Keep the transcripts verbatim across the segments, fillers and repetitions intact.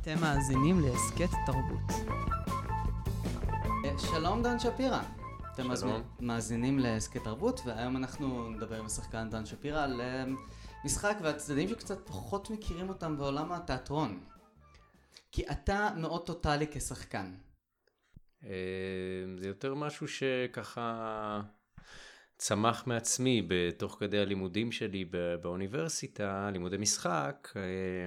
אתם מאזינים להסכת תרבות. שלום דן שפירא. אתם מאזינים להסכת תרבות, והיום אנחנו נדבר עם השחקן דן שפירא על משחק והצדדים שקצת פחות מכירים אותם בעולם התיאטרון. כי אתה מאוד טוטלי כשחקן. זה יותר משהו שככה צמח מעצמי בתוך כדי הלימודים שלי באוניברסיטה, לימודי משחק.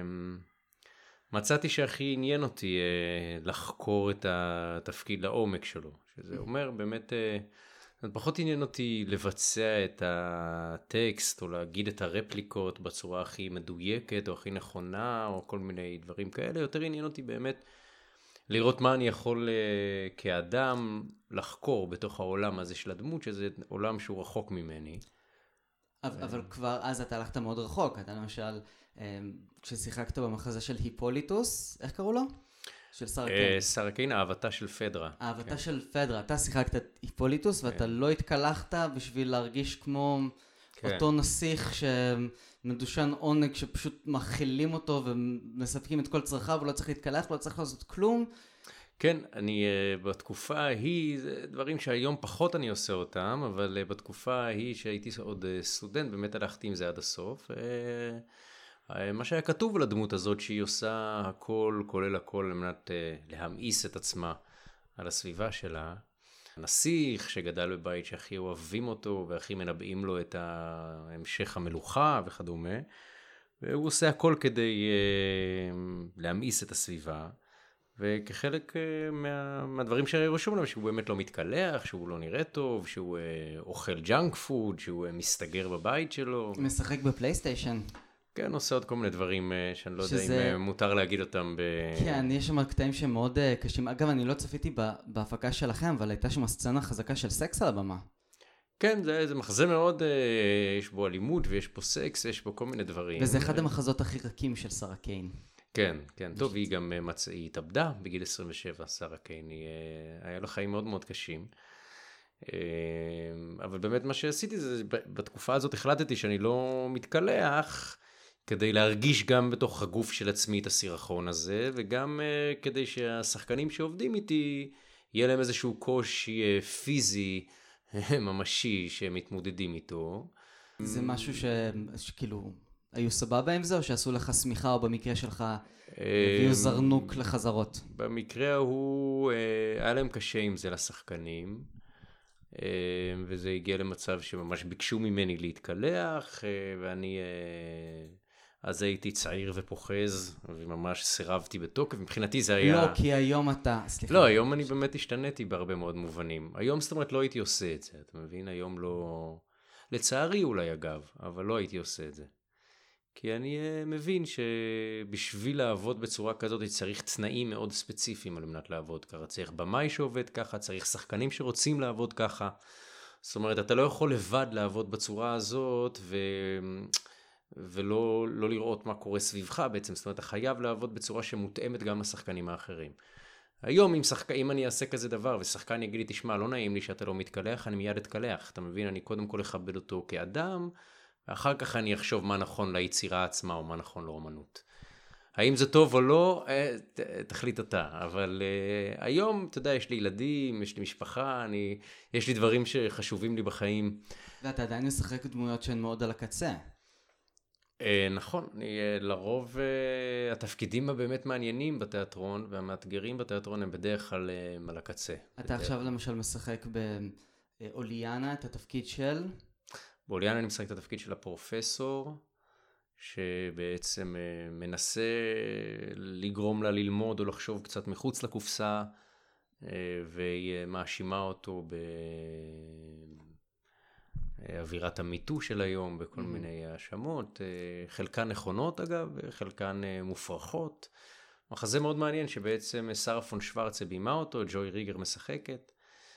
מצאתי שהכי עניין אותי לחקור את התפקיד לעומק שלו, שזה אומר באמת, פחות עניין אותי לבצע את הטקסט או להגיד את הרפליקות בצורה הכי מדויקת או הכי נכונה או כל מיני דברים כאלה, יותר עניין אותי באמת לראות מה אני יכול כאדם לחקור בתוך העולם הזה של הדמות, שזה עולם שהוא רחוק ממני. אבל, אבל כבר אז אתה הלכת מאוד רחוק, אתה למשל, כששיחקת במחזה של היפוליטוס, איך קראו לו? של סרקיין. סרקיין, אהבתה של פדרה. אהבתה כן. של פדרה, אתה שיחקת את היפוליטוס כן. ואתה לא התקלחת בשביל להרגיש כמו כן. אותו נסיך שמדושן עונג שפשוט מכילים אותו ומספקים את כל צרכיו, הוא לא צריך להתקלח, לא צריך לעשות כלום. כן, אני בתקופה ההיא, זה דברים שהיום פחות אני עושה אותם, אבל בתקופה ההיא שהייתי עוד סטודנט, באמת הלכתי עם זה עד הסוף. מה שהיה כתוב על הדמות הזאת, שהיא עושה הכל, כולל הכל, על מנת להמאיס את עצמה על הסביבה שלה. הנסיך שגדל בבית שהכי אוהבים אותו, והכי מנבאים לו את המשך המלוכה וכדומה. והוא עושה הכל כדי להמאיס את הסביבה. וכחלק מה, מהדברים שרשום להם, שהוא באמת לא מתקלח, שהוא לא נראה טוב, שהוא אה, אוכל ג'אנק פוד, שהוא אה, מסתגר בבית שלו. משחק בפלייסטיישן. כן, עושה עוד כל מיני דברים אה, שאני לא שזה... יודע אם אה, מותר להגיד אותם ב... כן, יש שם קטעים שמאוד אה, קשים. אגב, אני לא צפיתי בהפקה שלכם, אבל הייתה שם סצנה חזקה של סקס על הבמה. כן, זה, זה מחזה מאוד, אה, יש בו אלימות ויש בו סקס, יש בו כל מיני דברים. וזה אחד המחזות הכי רכים של סרקיין. כן, כן, טוב, היא גם מצ... היא התאבדה בגיל עשרים ושבע, שרה קיין, היא... היה לה חיים מאוד מאוד קשים. אבל באמת מה שעשיתי זה, בתקופה הזאת החלטתי שאני לא מתקלח, כדי להרגיש גם בתוך הגוף של עצמי את הסירחון הזה, וגם כדי שהשחקנים שעובדים איתי, יהיה להם איזשהו קושי פיזי ממשי שהם מתמודדים איתו. זה משהו ש... שכאילו... היו סבבה עם זה, או שעשו לך סמיכה, או במקרה שלך הביאו זרנוק לחזרות? במקרה ההוא, היה להם קשה עם זה לשחקנים, וזה הגיע למצב שממש ביקשו ממני להתקלח, ואני אז הייתי צעיר ופוחז, וממש סירבתי בתוקף, מבחינתי זה היה... לא, כי היום אתה... סליחה. לא, היום אני באמת השתניתי בהרבה מאוד מובנים. היום זאת אומרת לא הייתי עושה את זה, אתה מבין? היום לא... לצערי אולי אגב, אבל לא הייתי עושה את זה. כי אני מבין שבשביל לעבוד בצורה כזאת צריך תנאים מאוד ספציפיים על מנת לעבוד ככה. צריך במאי שעובד ככה, צריך שחקנים שרוצים לעבוד ככה. זאת אומרת, אתה לא יכול לבד לעבוד בצורה הזאת ו... ולא לא לראות מה קורה סביבך בעצם. זאת אומרת, אתה חייב לעבוד בצורה שמותאמת גם לשחקנים האחרים. היום אם, שחק... אם אני אעשה כזה דבר ושחקן יגיד לי, תשמע, לא נעים לי שאתה לא מתקלח, אני מיד אתקלח. אתה מבין? אני קודם כל אכבד אותו כאדם, ואחר כך אני אחשוב מה נכון ליצירה עצמה או מה נכון לאומנות. האם זה טוב או לא, ת, תחליט אתה. אבל uh, היום, אתה יודע, יש לי ילדים, יש לי משפחה, אני, יש לי דברים שחשובים לי בחיים. ואתה עדיין משחק דמויות שהן מאוד על הקצה. Uh, נכון, אני, uh, לרוב uh, התפקידים הבאמת מעניינים בתיאטרון, והמאתגרים בתיאטרון הם בדרך כלל uh, על הקצה. אתה בדרך. עכשיו למשל משחק באוליאנה את התפקיד של... באוליאנה אני משחק את התפקיד של הפרופסור, שבעצם מנסה לגרום לה ללמוד או לחשוב קצת מחוץ לקופסה, והיא מאשימה אותו באווירת המיטו של היום, בכל mm-hmm. מיני האשמות, חלקן נכונות אגב, חלקן מופרכות. מחזה מאוד מעניין שבעצם שרה פון שוורצה בימה אותו, ג'וי ריגר משחקת,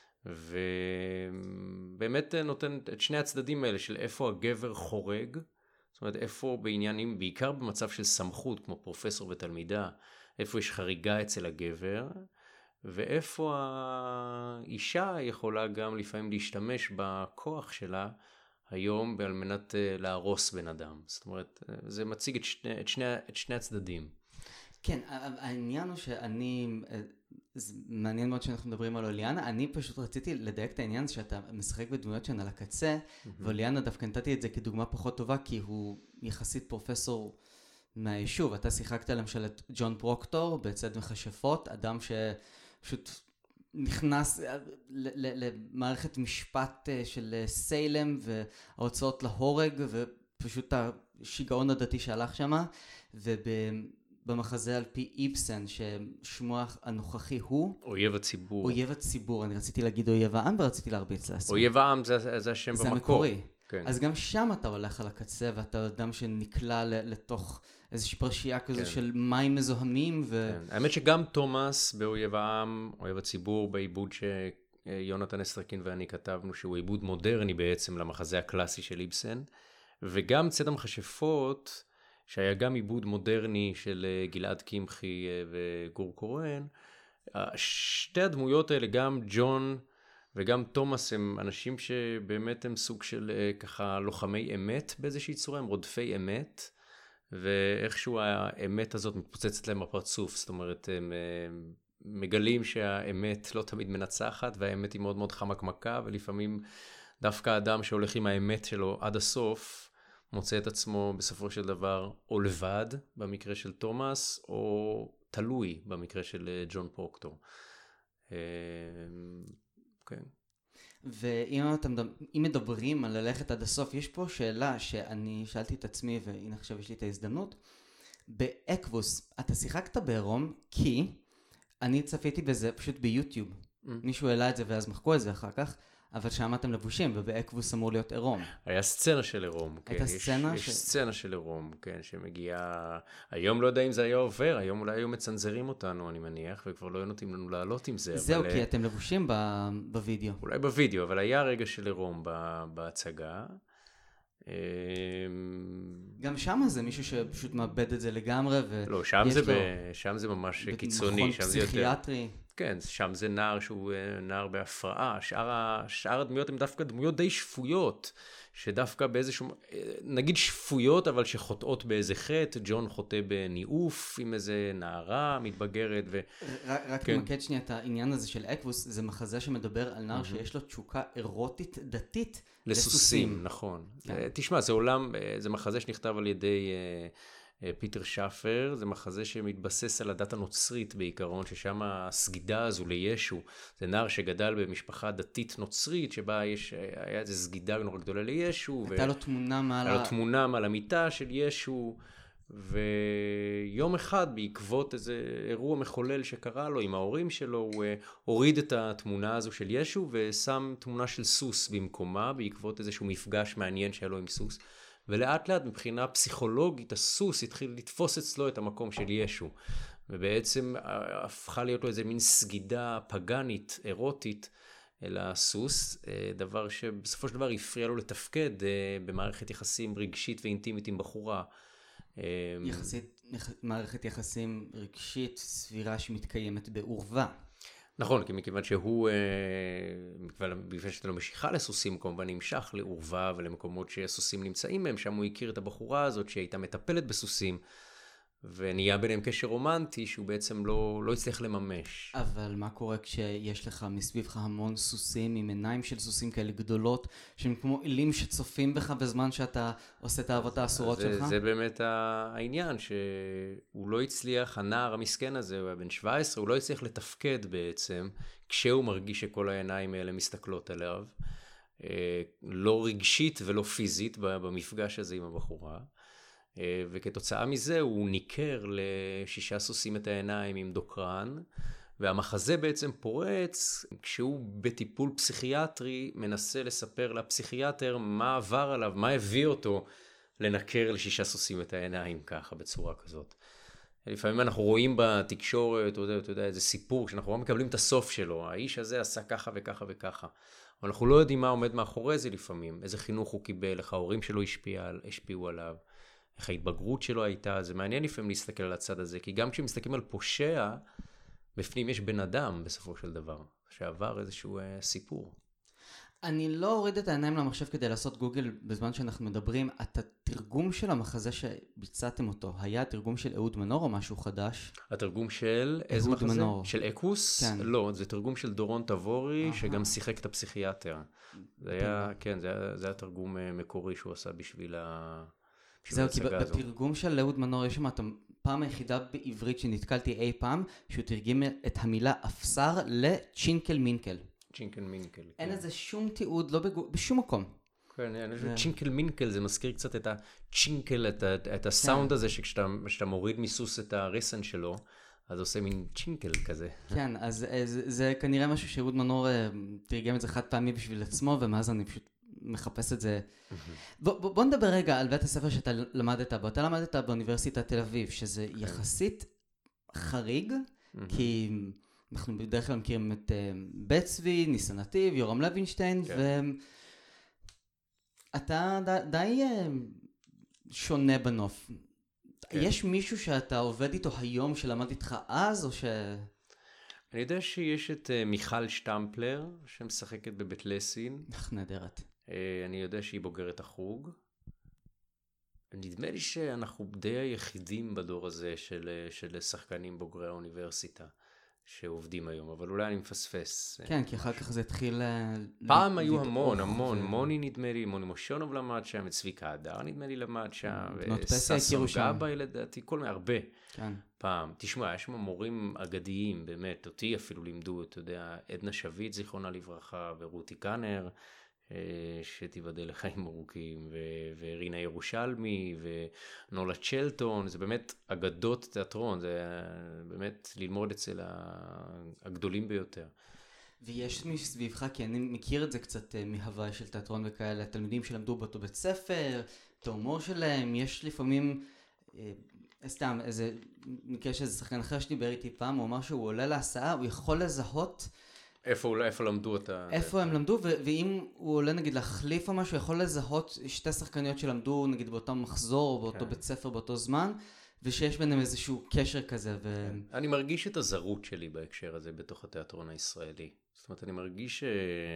ובאמת נותן את שני הצדדים האלה של איפה הגבר חורג, זאת אומרת איפה בעניינים, בעיקר במצב של סמכות כמו פרופסור ותלמידה, איפה יש חריגה אצל הגבר, ואיפה האישה יכולה גם לפעמים להשתמש בכוח שלה היום על מנת להרוס בן אדם. זאת אומרת, זה מציג את שני, את שני, את שני הצדדים. כן, העניין הוא שאני, זה מעניין מאוד שאנחנו מדברים על אוליאנה, אני פשוט רציתי לדייק את העניין שאתה משחק בדמויות שהן על הקצה, ואוליאנה דווקא נתתי את זה כדוגמה פחות טובה, כי הוא יחסית פרופסור מהיישוב. אתה שיחקת למשל את ג'ון פרוקטור בצד מכשפות, אדם שפשוט נכנס למערכת משפט של סיילם וההוצאות להורג, ופשוט השיגעון הדתי שהלך שמה, ובמחזה על פי איבסן, ששמו הנוכחי הוא אויב הציבור. אויב הציבור, אני רציתי להגיד אויב העם ורציתי להרביץ לעצמי. אויב העם זה, זה השם זה במקור. המקורי. כן. אז גם שם אתה הולך על הקצה, ואתה אדם שנקלע לתוך איזושהי פרשייה כזו כן. של מים מזוהמים. ו... כן. האמת שגם תומאס באויב העם, אויב הציבור, בעיבוד שיונתן אסטרקין ואני כתבנו, שהוא עיבוד מודרני בעצם למחזה הקלאסי של איבסן, וגם צד המכשפות, שהיה גם עיבוד מודרני של גלעד קמחי וגור קורן, שתי הדמויות האלה, גם ג'ון וגם תומאס, הם אנשים שבאמת הם סוג של ככה לוחמי אמת באיזושהי צורה, הם רודפי אמת, ואיכשהו האמת הזאת מתפוצצת להם בפרצוף, זאת אומרת, הם מגלים שהאמת לא תמיד מנצחת, והאמת היא מאוד מאוד חמקמקה, ולפעמים דווקא האדם שהולך עם האמת שלו עד הסוף, מוצא את עצמו בסופו של דבר או לבד, במקרה של תומאס, או תלוי במקרה של ג'ון פרוקטור. כן. ואם אתם, אם מדברים על ללכת עד הסוף, יש פה שאלה שאני שאלתי את עצמי, והנה עכשיו יש לי את ההזדמנות. באקווס, אתה שיחקת בעירום, כי אני צפיתי בזה פשוט ביוטיוב. Mm. מישהו העלה את זה ואז מחקו את זה אחר כך, אבל שם אתם לבושים, ובאקווס אמור להיות עירום. היה סצנה של עירום, כן. הייתה סצנה? יש, ש... יש סצנה של עירום, כן, שמגיעה... היום לא יודע אם זה היה עובר, היום אולי היו מצנזרים אותנו, אני מניח, וכבר לא היו נותנים לנו לעלות עם זה. זהו, אבל... כי אתם לבושים ב... בווידאו. אולי בווידאו, אבל היה רגע של עירום בהצגה. גם שם זה מישהו שפשוט מאבד את זה לגמרי, ו... לא, שם זה, ב... שם זה ממש קיצוני. במכון פסיכיאטרי. כן, שם זה נער שהוא נער בהפרעה, שאר, שאר הדמויות הן דווקא דמויות די שפויות, שדווקא באיזשהו, נגיד שפויות, אבל שחוטאות באיזה חטא, ג'ון חוטא בניאוף עם איזה נערה מתבגרת. ו... רק, רק כן. תמקד שנייה את העניין הזה של אקווס, זה מחזה שמדבר על נער mm-hmm. שיש לו תשוקה אירוטית דתית לסוסים. לסוסים, נכון. כן. תשמע, זה עולם, זה מחזה שנכתב על ידי... פיטר שפר, זה מחזה שמתבסס על הדת הנוצרית בעיקרון, ששם הסגידה הזו לישו, זה נער שגדל במשפחה דתית נוצרית, שבה יש, היה איזו סגידה נורא גדולה לישו. הייתה לו תמונה מעל... היה לו תמונה מעל המיטה של ישו, ויום אחד בעקבות איזה אירוע מחולל שקרה לו עם ההורים שלו, הוא הוריד את התמונה הזו של ישו, ושם תמונה של סוס במקומה, בעקבות איזשהו מפגש מעניין שהיה לו עם סוס. ולאט לאט מבחינה פסיכולוגית הסוס התחיל לתפוס אצלו את המקום של ישו, ובעצם הפכה להיות לו איזה מין סגידה פגנית, אירוטית אל הסוס, דבר שבסופו של דבר הפריע לו לתפקד במערכת יחסים רגשית ואינטימית עם בחורה. יחסית, מערכת יחסים רגשית סבירה שמתקיימת בעורבה. נכון, כי מכיוון שהוא, בגלל שאתה לא משיכה לסוסים, כמובן נמשך לעורבה ולמקומות שסוסים נמצאים מהם, שם הוא הכיר את הבחורה הזאת שהייתה מטפלת בסוסים, ונהיה ביניהם קשר רומנטי שהוא בעצם לא, לא הצליח לממש. אבל מה קורה כשיש לך מסביבך המון סוסים עם עיניים של סוסים כאלה גדולות, שהם כמו אילים שצופים בך בזמן שאתה עושה את העבודה האסורות זה, שלך? זה באמת העניין, שהוא לא הצליח, הנער המסכן הזה, הוא היה בן שבע עשרה, הוא לא הצליח לתפקד בעצם, כשהוא מרגיש שכל העיניים האלה מסתכלות עליו, לא רגשית ולא פיזית במפגש הזה עם הבחורה. וכתוצאה מזה הוא ניקר לשישה סוסים את העיניים עם דוקרן, והמחזה בעצם פורץ כשהוא בטיפול פסיכיאטרי מנסה לספר לפסיכיאטר מה עבר עליו, מה הביא אותו לנקר לשישה סוסים את העיניים ככה בצורה כזאת. לפעמים אנחנו רואים בתקשורת, אתה יודע, אתה יודע, איזה סיפור שאנחנו לא מקבלים את הסוף שלו, האיש הזה עשה ככה וככה וככה, אבל אנחנו לא יודעים מה עומד מאחורי זה לפעמים, איזה חינוך הוא קיבל, איך ההורים שלו השפיע, השפיעו עליו, איך ההתבגרות שלו הייתה. זה מעניין לפעמים להסתכל על הצד הזה, כי גם כשמסתכלים על פושע, בפנים יש בן אדם בסופו של דבר, שעבר איזשהו אה, סיפור. אני לא אוריד את העיניים למחשב כדי לעשות גוגל בזמן שאנחנו מדברים. את התרגום של המחזה שביצעתם אותו, היה תרגום של אהוד מנור או משהו חדש? התרגום של איזה מחזה? מנור. של אקוס? כן. לא, זה תרגום של דורון תבורי, שגם שיחק את הפסיכיאטר. זה היה, כן, זה היה, זה היה תרגום מקורי שהוא עשה בשביל ה... זהו, כי בתרגום של אהוד מנור יש שם את הפעם היחידה בעברית שנתקלתי אי פעם, שהוא תרגם את המילה אפסר לצ'ינקל מינקל. צ'ינקל מינקל. אין איזה שום תיעוד, לא בגו... בשום מקום. כן, אני חושב צ'ינקל מינקל, זה מזכיר קצת את הצ'ינקל, את, את הסאונד הזה שכשאתה מוריד מסוס את הרסן שלו, אז עושה מין צ'ינקל כזה. כן, אז זה, זה כנראה משהו שאהוד מנור תרגם את זה חד פעמי בשביל עצמו, ומאז אני פשוט מחפש את זה. בוא, בוא, בוא נדבר רגע על בית הספר שאתה למדת בו. אתה למדת באוניברסיטת תל אביב, שזה יחסית חריג, כי... אנחנו בדרך כלל מכירים את בית צבי, ניסן נתיב, יורם לוינשטיין, ואתה די שונה בנוף. יש מישהו שאתה עובד איתו היום שלמד איתך אז, או ש... אני יודע שיש את מיכל שטמפלר, שמשחקת בבית לסין. אך נהדרת. אני יודע שהיא בוגרת החוג. נדמה לי שאנחנו די היחידים בדור הזה של, של שחקנים בוגרי האוניברסיטה. שעובדים היום, אבל אולי אני מפספס. כן, כי אחר כך זה התחיל... פעם היו המון, המון, מוני נדמה לי, מוני מושונוב למד שם, וצביקה הדר נדמה לי למד שם, וססון גבאי לדעתי, כל מיני, הרבה. פעם. תשמע, יש שם מורים אגדיים, באמת, אותי אפילו לימדו, אתה יודע, עדנה שביט, זיכרונה לברכה, ורותי קאנר, שתיבדל לחיים ארוכים, ורינה ירושלמי, ונולה צ'לטון, זה באמת אגדות תיאטרון, זה באמת ללמוד אצל הגדולים ביותר. ויש מסביבך, כי אני מכיר את זה קצת מהוואי של תיאטרון וכאלה, תלמידים שלמדו באותו בית ספר, את ההומור שלהם, יש לפעמים, סתם, איזה מקרה שאיזה שחקן אחר שדיבר איתי פעם, הוא אמר שהוא עולה להסעה, הוא יכול לזהות, איפה, איפה למדו אותה? איפה הם למדו, ו- ואם הוא עולה נגיד להחליף או משהו, יכול לזהות שתי שחקניות שלמדו נגיד באותו מחזור, או באותו כן. בית ספר באותו זמן, ושיש ביניהם איזשהו קשר כזה. ו... כן. אני מרגיש את הזרות שלי בהקשר הזה בתוך התיאטרון הישראלי. זאת אומרת, אני מרגיש ש...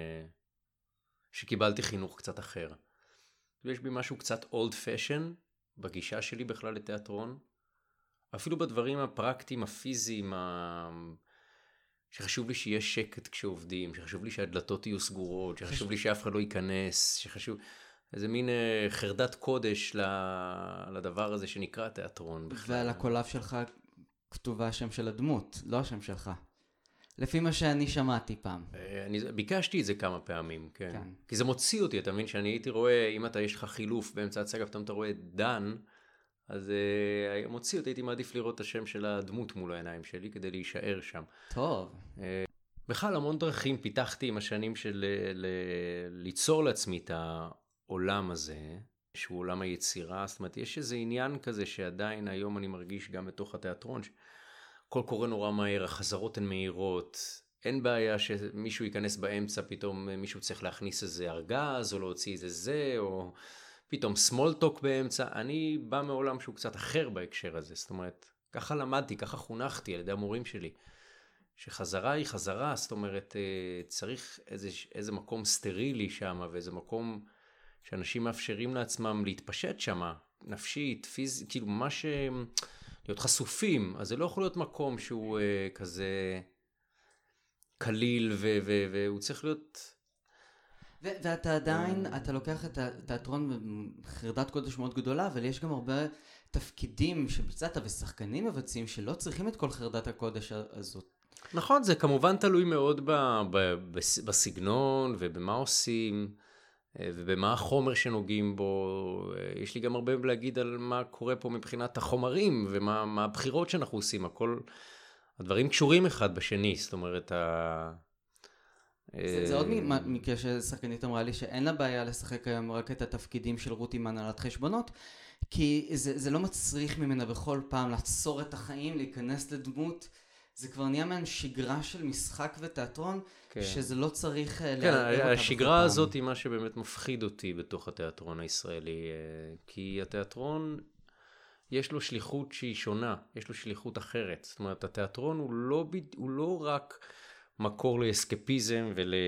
שקיבלתי חינוך קצת אחר. ויש בי משהו קצת old fashion בגישה שלי בכלל לתיאטרון. אפילו בדברים הפרקטיים, הפיזיים, ה... שחשוב לי שיהיה שקט כשעובדים, שחשוב לי שהדלתות יהיו סגורות, שחשוב לי שאף אחד לא ייכנס, שחשוב... איזה מין חרדת קודש לדבר הזה שנקרא תיאטרון בכלל. ועל הקולב שלך כתובה השם של הדמות, לא השם שלך. לפי מה שאני שמעתי פעם. אני ביקשתי את זה כמה פעמים, כן. כן. כי זה מוציא אותי, אתה מבין, שאני הייתי רואה, אם אתה יש לך חילוף באמצע הצגה, פתאום אתה רואה דן, אז uh, מוציא אותי, הייתי מעדיף לראות את השם של הדמות מול העיניים שלי, כדי להישאר שם. טוב. Uh, בכלל, המון דרכים פיתחתי עם השנים של ל- ל- ליצור לעצמי את העולם הזה, שהוא עולם היצירה. זאת אומרת, יש איזה עניין כזה שעדיין היום אני מרגיש גם בתוך התיאטרון, כל קורה נורא מהר, החזרות הן מהירות, אין בעיה שמישהו ייכנס באמצע, פתאום מישהו צריך להכניס איזה ארגז, או להוציא איזה זה, או... פתאום small talk באמצע. אני בא מעולם שהוא קצת אחר בהקשר הזה, זאת אומרת, ככה למדתי, ככה חונכתי על ידי המורים שלי, שחזרה היא חזרה, זאת אומרת, צריך איזה, איזה מקום סטרילי שם, ואיזה מקום שאנשים מאפשרים לעצמם להתפשט שם, נפשית, פיזית, כאילו ממש להיות חשופים, אז זה לא יכול להיות מקום שהוא כזה קליל, ו- ו- והוא צריך להיות... ו- ואתה עדיין, אתה לוקח את התיאטרון בחרדת קודש מאוד גדולה, אבל יש גם הרבה תפקידים שביצעת ושחקנים מבצעים שלא צריכים את כל חרדת הקודש הזאת. נכון, זה כמובן תלוי מאוד ב- ב- בסגנון ובמה עושים, ובמה החומר שנוגעים בו. יש לי גם הרבה להגיד על מה קורה פה מבחינת החומרים, ומה מה הבחירות שאנחנו עושים. הכל, הדברים קשורים אחד בשני, זאת אומרת, ה... זה, זה עוד מקרה ששחקנית אמרה לי שאין לה בעיה לשחק היום רק את התפקידים של רותי מהנהלת חשבונות, כי זה, זה לא מצריך ממנה בכל פעם לעצור את החיים, להיכנס לדמות, זה כבר נהיה מעין שגרה של משחק ותיאטרון, כן. שזה לא צריך... כן, השגרה הזאת היא מה שבאמת מפחיד אותי בתוך התיאטרון הישראלי, כי התיאטרון יש לו שליחות שהיא שונה, יש לו שליחות אחרת, זאת אומרת, התיאטרון הוא לא, הוא לא רק... מקור לאסקפיזם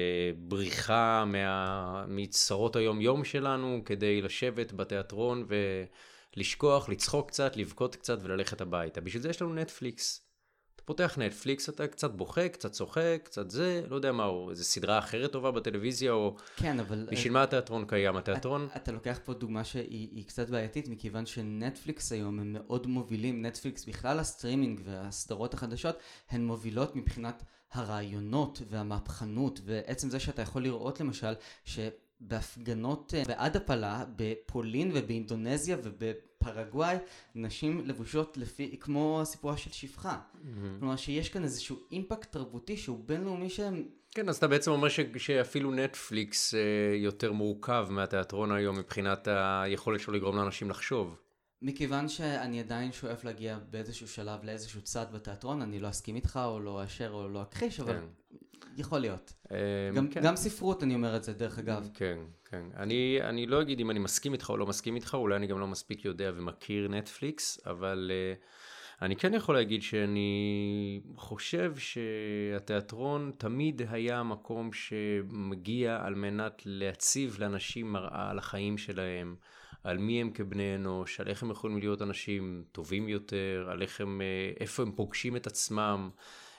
ולבריחה מה... מצרות היום יום שלנו, כדי לשבת בתיאטרון ולשכוח, לצחוק קצת, לבכות קצת וללכת הביתה. בשביל זה יש לנו נטפליקס. אתה פותח נטפליקס, אתה קצת בוכה, קצת צוחק, קצת זה, לא יודע מה, או איזו סדרה אחרת טובה בטלוויזיה, או... כן, אבל... בשביל מה התיאטרון קיים? התיאטרון... אתה לוקח פה דוגמה שהיא קצת בעייתית, מכיוון שנטפליקס היום הם מאוד מובילים, נטפליקס בכלל הסטרימינג והסדרות החדשות, הן מובילות מבחינת הרעיונות והמהפכנות, ועצם זה שאתה יכול לראות למשל, שבהפגנות בעד הפלה, בפולין ובאינדונזיה ובפרגוואי, נשים לבושות לפי, כמו הסיפורה של שפחה. Mm-hmm. כלומר שיש כאן איזשהו אימפקט תרבותי שהוא בינלאומי שהם... כן, אז אתה בעצם אומר ש... שאפילו נטפליקס אה, יותר מורכב מהתיאטרון היום מבחינת היכולת שלו לגרום לאנשים לחשוב. מכיוון שאני עדיין שואף להגיע באיזשהו שלב לאיזשהו צד בתיאטרון, אני לא אסכים איתך או לא אשר או לא אכחיש, אבל כן. יכול להיות. אה, גם, כן. גם ספרות אני אומר את זה דרך אגב. כן, כן. אני, אני לא אגיד אם אני מסכים איתך או לא מסכים איתך, אולי אני גם לא מספיק יודע ומכיר נטפליקס, אבל... אה, אני כן יכול להגיד שאני חושב שהתיאטרון תמיד היה מקום שמגיע על מנת להציב לאנשים מראה על החיים שלהם, על מי הם כבני אנוש, על איך הם יכולים להיות אנשים טובים יותר, על איך הם, איפה הם פוגשים את עצמם.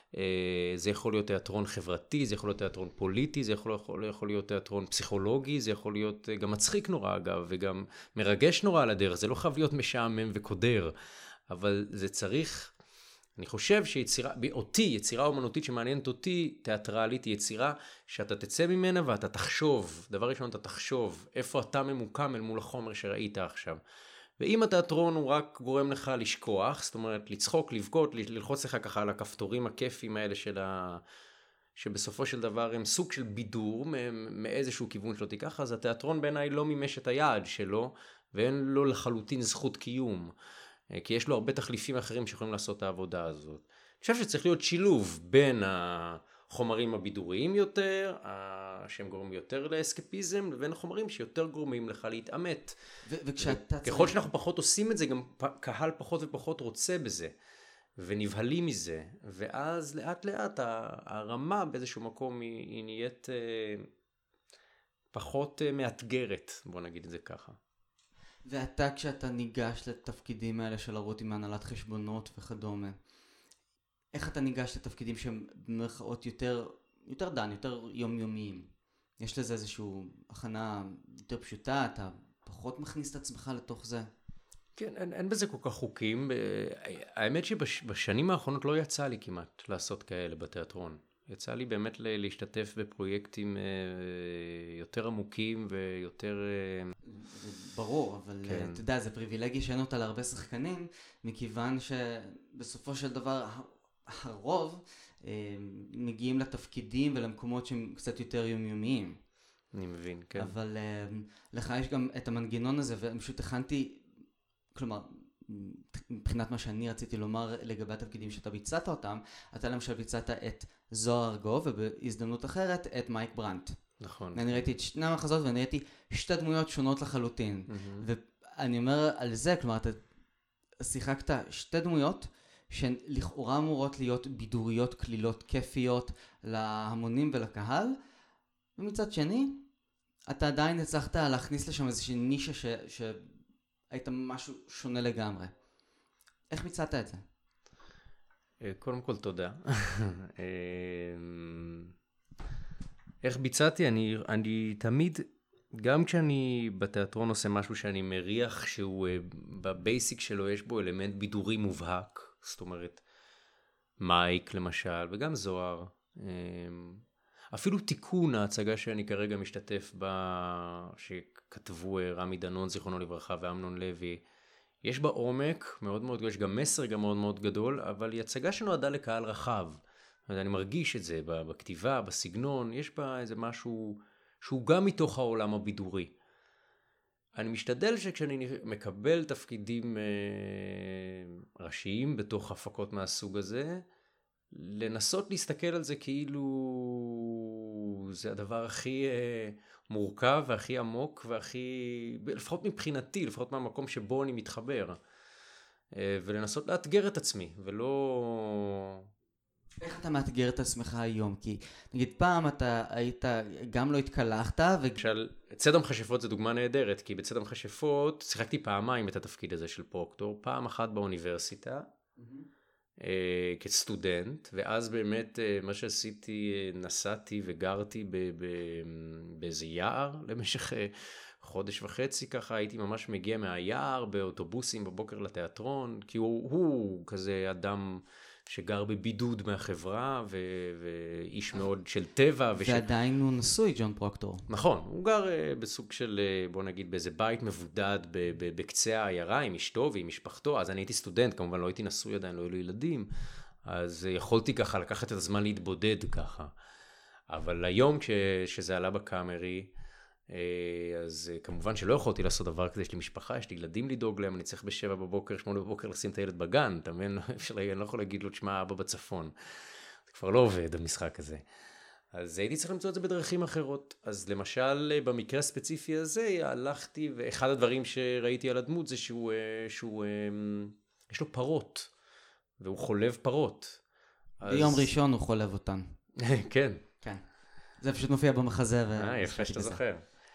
זה יכול להיות תיאטרון חברתי, זה יכול להיות תיאטרון פוליטי, זה יכול, יכול, יכול להיות תיאטרון פסיכולוגי, זה יכול להיות גם מצחיק נורא אגב, וגם מרגש נורא על הדרך, זה לא חייב להיות משעמם וקודר. אבל זה צריך, אני חושב שיצירה, אותי, יצירה אומנותית שמעניינת אותי, תיאטרלית, היא יצירה שאתה תצא ממנה ואתה תחשוב, דבר ראשון אתה תחשוב, איפה אתה ממוקם אל מול החומר שראית עכשיו. ואם התיאטרון הוא רק גורם לך לשכוח, זאת אומרת לצחוק, לבכות, ללחוץ לך ככה על הכפתורים הכיפים האלה של ה... שבסופו של דבר הם סוג של בידור מאיזשהו כיוון שלא תיקח, אז התיאטרון בעיניי לא מימש את היעד שלו, ואין לו לחלוטין זכות קיום. כי יש לו הרבה תחליפים אחרים שיכולים לעשות את העבודה הזאת. אני חושב שצריך להיות שילוב בין החומרים הבידוריים יותר, שהם גורמים יותר לאסקפיזם, לבין החומרים שיותר גורמים לך להתאמת. ככל שאנחנו פחות עושים את זה, גם קהל פחות ופחות רוצה בזה, ונבהלים מזה, ואז לאט לאט הרמה באיזשהו מקום היא נהיית פחות מאתגרת, בוא נגיד את זה ככה. ואתה כשאתה ניגש לתפקידים האלה של לרוץ עם הנהלת חשבונות וכדומה, איך אתה ניגש לתפקידים שהם במרכאות יותר, יותר דן, יותר יומיומיים? יש לזה איזושהי הכנה יותר פשוטה, אתה פחות מכניס את עצמך לתוך זה? כן, אין, אין בזה כל כך חוקים. האמת שבשנים האחרונות לא יצא לי כמעט לעשות כאלה בתיאטרון. יצא לי באמת להשתתף בפרויקטים יותר עמוקים ויותר... ברור, אבל כן. אתה יודע, זה פריבילגי שאין אותה להרבה שחקנים, מכיוון שבסופו של דבר הרוב מגיעים לתפקידים ולמקומות שהם קצת יותר יומיומיים. אני מבין, כן. אבל לך יש גם את המנגנון הזה, ואני פשוט הכנתי, כלומר, מבחינת מה שאני רציתי לומר לגבי התפקידים שאתה ביצעת אותם, אתה למשל ביצעת את זוהר ארגוב, ובהזדמנות אחרת את מייק ברנט. נכון. ואני ראיתי את שני המחזות, ואני ראיתי שתי דמויות שונות לחלוטין. Mm-hmm. ואני אומר על זה, כלומר, אתה שיחקת שתי דמויות, שהן לכאורה אמורות להיות בידוריות, כלילות, כיפיות, להמונים ולקהל, ומצד שני, אתה עדיין הצלחת להכניס לשם איזושהי נישה ש... ש... היית משהו שונה לגמרי. איך ביצעת את זה? קודם כל תודה. איך ביצעתי? אני, אני תמיד, גם כשאני בתיאטרון עושה משהו שאני מריח שהוא בבייסיק שלו יש בו אלמנט בידורי מובהק, זאת אומרת מייק למשל, וגם זוהר. אפילו תיקון ההצגה שאני כרגע משתתף בה, שכתבו רמי דנון, זיכרונו לברכה, ואמנון לוי, יש בה עומק מאוד מאוד גדול, יש גם מסר גם מאוד מאוד גדול, אבל היא הצגה שנועדה לקהל רחב. אני מרגיש את זה בכתיבה, בסגנון, יש בה איזה משהו שהוא גם מתוך העולם הבידורי. אני משתדל שכשאני מקבל תפקידים ראשיים בתוך הפקות מהסוג הזה, לנסות להסתכל על זה כאילו זה הדבר הכי מורכב והכי עמוק והכי, לפחות מבחינתי, לפחות מהמקום שבו אני מתחבר, ולנסות לאתגר את עצמי ולא... איך, אתה מאתגר את עצמך היום? כי נגיד פעם אתה היית, גם לא התקלחת ו... למשל, צד המכשפות זה דוגמה נהדרת, כי בצד המכשפות שיחקתי פעמיים את התפקיד הזה של פרוקטור, פעם אחת באוניברסיטה, אה, כסטודנט, ואז באמת אה, מה שעשיתי, אה, נסעתי וגרתי ב- ב- באיזה יער למשך אה, חודש וחצי ככה, הייתי ממש מגיע מהיער באוטובוסים בבוקר לתיאטרון, כי הוא, הוא כזה אדם שגר בבידוד מהחברה, ו- ואיש מאוד של טבע. וש... ועדיין הוא נשוי, ג'ון פרוקטור. נכון, הוא גר uh, בסוג של, uh, בוא נגיד, באיזה בית מבודד ב- ב- בקצה העיירה עם אשתו ועם משפחתו, אז אני הייתי סטודנט, כמובן לא הייתי נשוי עדיין, לא היו לי ילדים, אז uh, יכולתי ככה לקחת את הזמן להתבודד ככה. אבל היום כש- שזה עלה בקאמרי, uh, אז uh, כמובן שלא יכולתי לעשות דבר כזה, יש לי משפחה, יש לי ילדים לדאוג להם, אני צריך בשבע בבוקר, שמונה בבוקר לשים את הילד בגן, אתה מבין? אני לא יכול להגיד לו, תשמע, אבא בצפון. זה כבר לא עובד, המשחק הזה. אז הייתי צריך למצוא את זה בדרכים אחרות. אז למשל, במקרה הספציפי הזה, הלכתי, ואחד הדברים שראיתי על הדמות זה שהוא, שהוא, יש לו פרות, והוא חולב פרות. ביום אז... ראשון הוא חולב אותן. כן. כן. זה פשוט מופיע במחזה. ו... אה, יפה שאתה זוכר.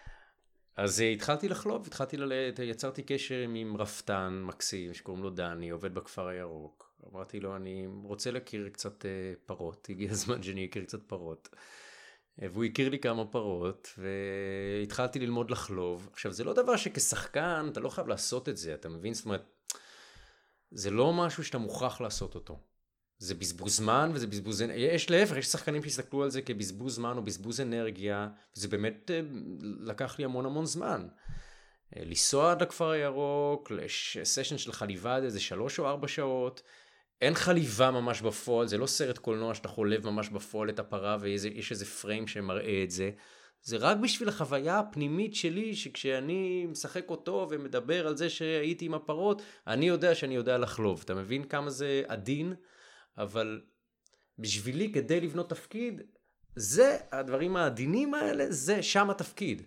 אז התחלתי לחלוב, התחלתי ללדת, יצרתי קשר עם רפתן מקסים, שקוראים לו דני, עובד בכפר הירוק. אמרתי לו, אני רוצה להכיר קצת פרות, הגיע הזמן שאני אכיר קצת פרות. והוא הכיר לי כמה פרות, והתחלתי ללמוד לחלוב. עכשיו, זה לא דבר שכשחקן, אתה לא חייב לעשות את זה, אתה מבין? זאת אומרת, זה לא משהו שאתה מוכרח לעשות אותו. זה בזבוז זמן, וזה בזבוז... יש להפך, יש שחקנים שהסתכלו על זה כבזבוז זמן או בזבוז אנרגיה, וזה באמת לקח לי המון המון זמן. לנסוע עד לכפר הירוק, לסשן של חליבה, איזה שלוש או ארבע שעות, אין חליבה ממש בפועל, זה לא סרט קולנוע שאתה חולב ממש בפועל את הפרה, ויש איזה פריים שמראה את זה. זה רק בשביל החוויה הפנימית שלי, שכשאני משחק אותו ומדבר על זה שהייתי עם הפרות, אני יודע שאני יודע לחלוב. אתה מבין כמה זה עדין? אבל בשבילי, כדי לבנות תפקיד, זה, הדברים העדינים האלה, זה שם התפקיד.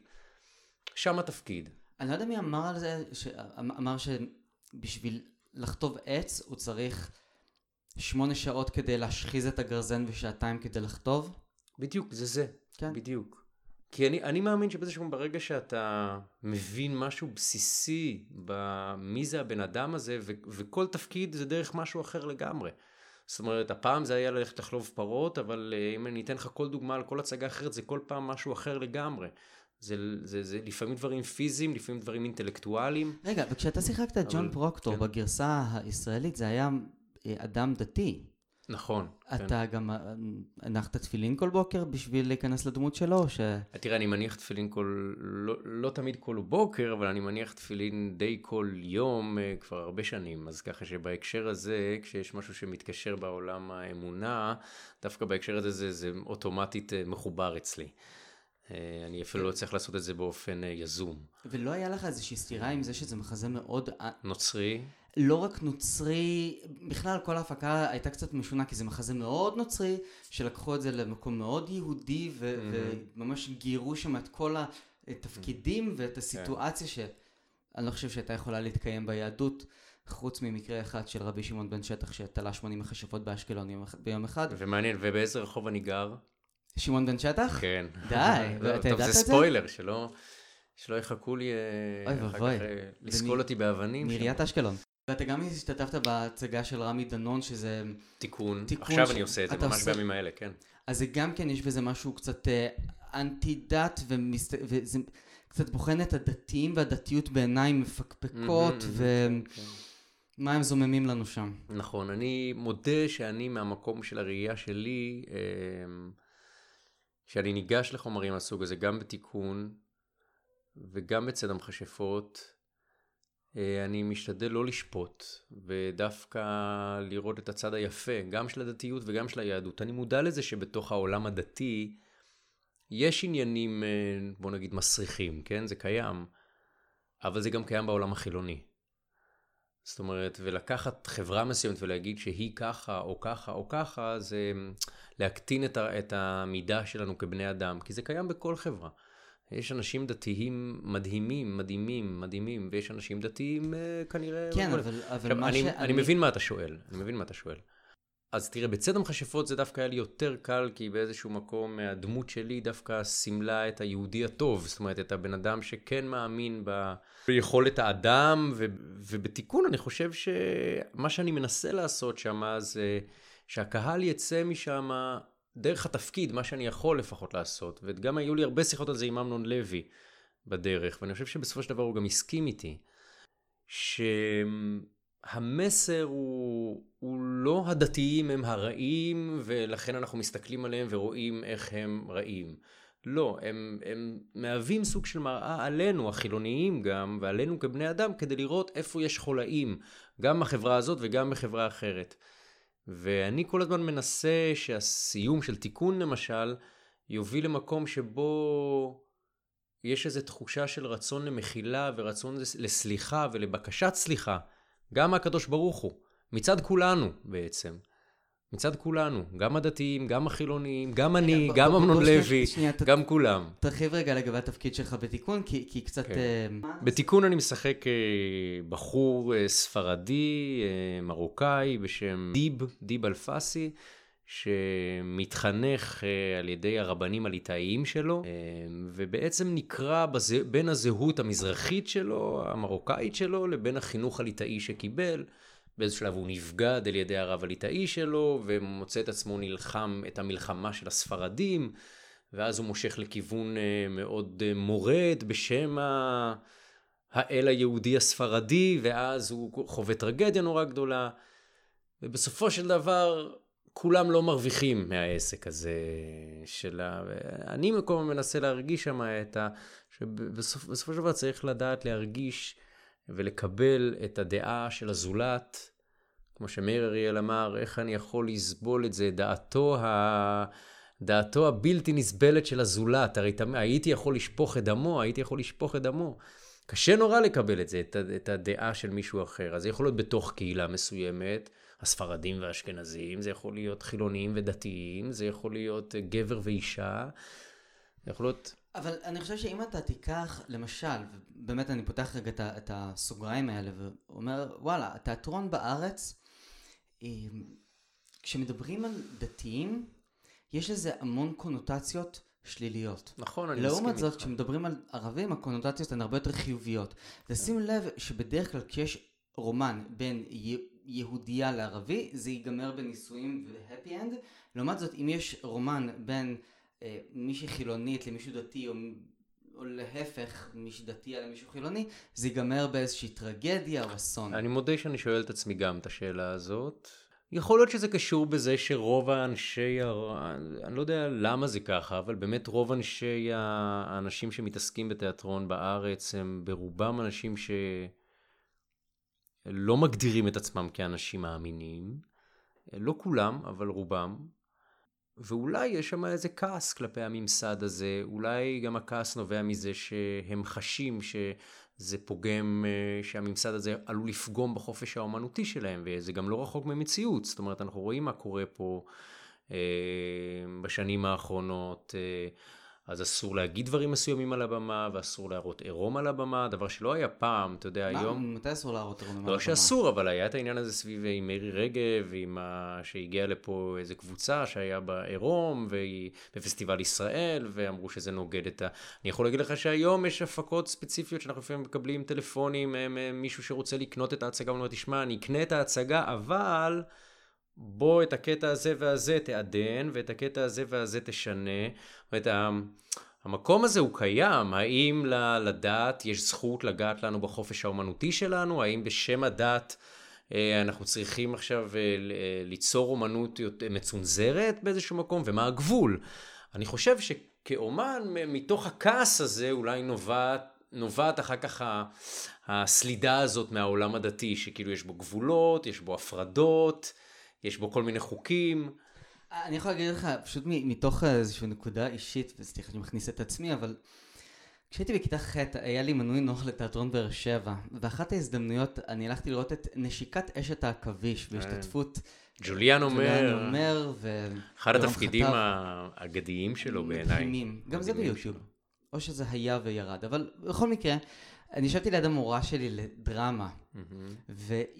שם התפקיד. אני לא יודע מי אמר על זה, אמר שבשביל לכתוב עץ, הוא צריך שמונה שעות כדי להשחיז את הגרזן ושעתיים כדי לכתוב? בדיוק, זה זה. כן. בדיוק. כי אני, אני מאמין שבאיזשהו ברגע שאתה מבין משהו בסיסי במי זה הבן אדם הזה, ו- וכל תפקיד זה דרך משהו אחר לגמרי. זאת אומרת, הפעם זה היה ללכת לחלוב פרות, אבל אם אני אתן לך כל דוגמה על כל הצגה אחרת, זה כל פעם משהו אחר לגמרי. זה, זה, זה לפעמים דברים פיזיים, לפעמים דברים אינטלקטואליים. רגע, וכשאתה שיחקת את ג'ון פרוקטור כן. בגרסה הישראלית, זה היה אדם דתי. נכון. אתה כן. גם הנחת תפילין כל בוקר בשביל להיכנס לדמות שלו? ש... תראה, אני מניח תפילין כל, לא, לא תמיד כל בוקר, אבל אני מניח תפילין די כל יום כבר הרבה שנים. אז ככה שבהקשר הזה, כשיש משהו שמתקשר בעולם האמונה, דווקא בהקשר הזה זה, זה אוטומטית מחובר אצלי. אני אפילו לא צריך לעשות את זה באופן יזום. ולא היה לך איזושהי סתירה עם זה שזה מחזה מאוד... נוצרי? לא רק נוצרי, בכלל כל ההפקה הייתה קצת משונה, כי זה מחזה מאוד נוצרי, שלקחו את זה למקום מאוד יהודי, ו- mm-hmm. וממש גירו שם את כל התפקידים mm-hmm. ואת הסיטואציה, שאני לא חושב שהייתה יכולה להתקיים ביהדות, חוץ ממקרה אחד של רבי שמעון בן שטח, שתלה שמונים מכשפות באשקלון ביום אחד. ומעניין, ובאיזה רחוב אני גר? שמעון בן שטח? כן. די, ואתה ידעת את זה? זה ספוילר, שלא, שלא יחכו לי אחר כך לסקול אותי באבנים. מעיריית אשקלון. ואתה גם השתתפת בהצגה של רמי דנון, שזה... תיקון. עכשיו אני עושה את זה, ממש בימים האלה, כן. אז זה גם כן, יש בזה משהו קצת אנטי דת, וזה קצת בוחן את הדתיים והדתיות בעיניים מפקפקות, ומה הם זוממים לנו שם. נכון, אני מודה שאני מהמקום של הראייה שלי, שאני ניגש לחומרים מהסוג הזה, גם בתיקון, וגם בצד המכשפות, אני משתדל לא לשפוט, ודווקא לראות את הצד היפה, גם של הדתיות וגם של היהדות. אני מודע לזה שבתוך העולם הדתי, יש עניינים, בוא נגיד, מסריחים, כן? זה קיים, אבל זה גם קיים בעולם החילוני. זאת אומרת, ולקחת חברה מסוימת ולהגיד שהיא ככה או ככה או ככה, זה להקטין את, ה- את המידה שלנו כבני אדם, כי זה קיים בכל חברה. יש אנשים דתיים מדהימים, מדהימים, מדהימים, ויש אנשים דתיים כנראה... כן, אבל, אבל עכשיו, מה אני, ש... אני מבין מה אתה שואל, אני מבין מה אתה שואל. אז תראה, בצד המכשפות זה דווקא היה לי יותר קל, כי באיזשהו מקום הדמות שלי דווקא סימלה את היהודי הטוב, זאת אומרת, את הבן אדם שכן מאמין ב... ביכולת האדם, ו... ובתיקון אני חושב שמה שאני מנסה לעשות שם, זה שהקהל יצא משם דרך התפקיד, מה שאני יכול לפחות לעשות, וגם היו לי הרבה שיחות על זה עם אמנון לוי בדרך, ואני חושב שבסופו של דבר הוא גם הסכים איתי, ש... המסר הוא, הוא לא הדתיים הם הרעים, ולכן אנחנו מסתכלים עליהם ורואים איך הם רעים. לא, הם, הם מהווים סוג של מראה עלינו, החילוניים גם, ועלינו כבני אדם, כדי לראות איפה יש חולאים, גם בחברה הזאת וגם בחברה אחרת. ואני כל הזמן מנסה שהסיום של תיקון למשל, יוביל למקום שבו יש איזו תחושה של רצון למחילה ורצון לסליחה ולבקשת סליחה, גם הקדוש ברוך הוא, מצד כולנו בעצם, מצד כולנו, גם הדתיים, גם החילוניים, גם אני, גם אמנון לוי, גם כולם. תרחיב רגע לגבי התפקיד שלך בתיקון, כי קצת... בתיקון אני משחק בחור ספרדי, מרוקאי, בשם דיב, דיב אלפסי, שמתחנך על ידי הרבנים הליטאיים שלו, ובעצם נקרא בין הזהות המזרחית שלו, המרוקאית שלו, לבין החינוך הליטאי שקיבל. באיזשהו שלב הוא נפגד על ידי הרב הליטאי שלו, ומוצא את עצמו נלחם את המלחמה של הספרדים, ואז הוא מושך לכיוון מאוד מורד בשם האל היהודי הספרדי, ואז הוא חווה טרגדיה נורא גדולה, ובסופו של דבר... כולם לא מרוויחים מהעסק הזה שלה, ואני מקום מנסה להרגיש שם את ה... שבסופו של דבר צריך לדעת להרגיש ולקבל את הדעה של הזולת, כמו שמאיר אריאל אמר, איך אני יכול לסבול את זה, דעתו, ה... דעתו הבלתי נסבלת של הזולת, הרי הייתי יכול לשפוך את דמו, הייתי יכול לשפוך את דמו. קשה נורא לקבל את זה, את, את הדעה של מישהו אחר, אז זה יכול להיות בתוך קהילה מסוימת, הספרדים והאשכנזים, זה יכול להיות חילוניים ודתיים, זה יכול להיות גבר ואישה, זה יכול להיות... אבל אני חושב שאם אתה תיקח, למשל, ובאמת אני פותח רגע את הסוגריים האלה, ואומר, וואלה, התיאטרון בארץ, כשמדברים על דתיים, יש לזה המון קונוטציות שליליות. נכון, אני מסכים איתך. לעומת זאת, כשמדברים על ערבים, הקונוטציות הן הרבה יותר חיוביות. ושים לב שבדרך כלל כשיש רומן בין יהודייה לערבי, זה ייגמר בנישואים ו-happy end. לעומת זאת, אם יש רומן בין אה, מישהי חילונית למישהו דתי, או, או להפך, מישהו דתי למישהו חילוני, זה ייגמר באיזושהי טרגדיה או אסון. אני מודה שאני שואל את עצמי גם את השאלה הזאת. יכול להיות שזה קשור בזה שרוב האנשי, אני לא יודע למה זה ככה, אבל באמת רוב אנשי האנשים שמתעסקים בתיאטרון בארץ, הם ברובם אנשים ש... לא מגדירים את עצמם כאנשים מאמינים, לא כולם, אבל רובם, ואולי יש שם איזה כעס כלפי הממסד הזה, אולי גם הכעס נובע מזה שהם חשים שזה פוגם, שהממסד הזה עלול לפגום בחופש האומנותי שלהם, וזה גם לא רחוק ממציאות, זאת אומרת, אנחנו רואים מה קורה פה אה, בשנים האחרונות, אה, אז אסור להגיד דברים מסוימים על הבמה, ואסור להראות עירום על הבמה, דבר שלא היה פעם, אתה יודע, מה? היום... מתי אסור להראות עירום על הבמה? לא שאסור, אבל היה את העניין הזה סביב עם מירי רגב, עם ה... שהגיעה לפה איזו קבוצה שהיה בה עירום, והיא בפסטיבל ישראל, ואמרו שזה נוגד את ה... אני יכול להגיד לך שהיום יש הפקות ספציפיות, שאנחנו לפעמים מקבלים טלפונים, מישהו שרוצה לקנות את ההצגה, ואומר, תשמע, אני אקנה את ההצגה, אבל... בוא את הקטע הזה והזה תעדן, ואת הקטע הזה והזה תשנה. ואת המקום הזה הוא קיים. האם לדעת יש זכות לגעת לנו בחופש האומנותי שלנו? האם בשם הדת אנחנו צריכים עכשיו ליצור אומנות מצונזרת באיזשהו מקום? ומה הגבול? אני חושב שכאומן, מתוך הכעס הזה אולי נובעת, נובעת אחר כך הסלידה הזאת מהעולם הדתי, שכאילו יש בו גבולות, יש בו הפרדות, יש בו כל מיני חוקים. אני יכול להגיד לך, פשוט מתוך איזושהי נקודה אישית, וסליחה שאני מכניס את עצמי, אבל כשהייתי בכיתה ח' היה לי מנוי נוח לתיאטרון באר שבע, ואחת ההזדמנויות, אני הלכתי לראות את נשיקת אשת העכביש, בהשתתפות ג'וליאן אומר, אומר אחד התפקידים האגדיים שלו בעיניי. גם זה ביוטיוב, או שזה היה וירד, אבל בכל מקרה, אני ישבתי ליד המורה שלי לדרמה, והיא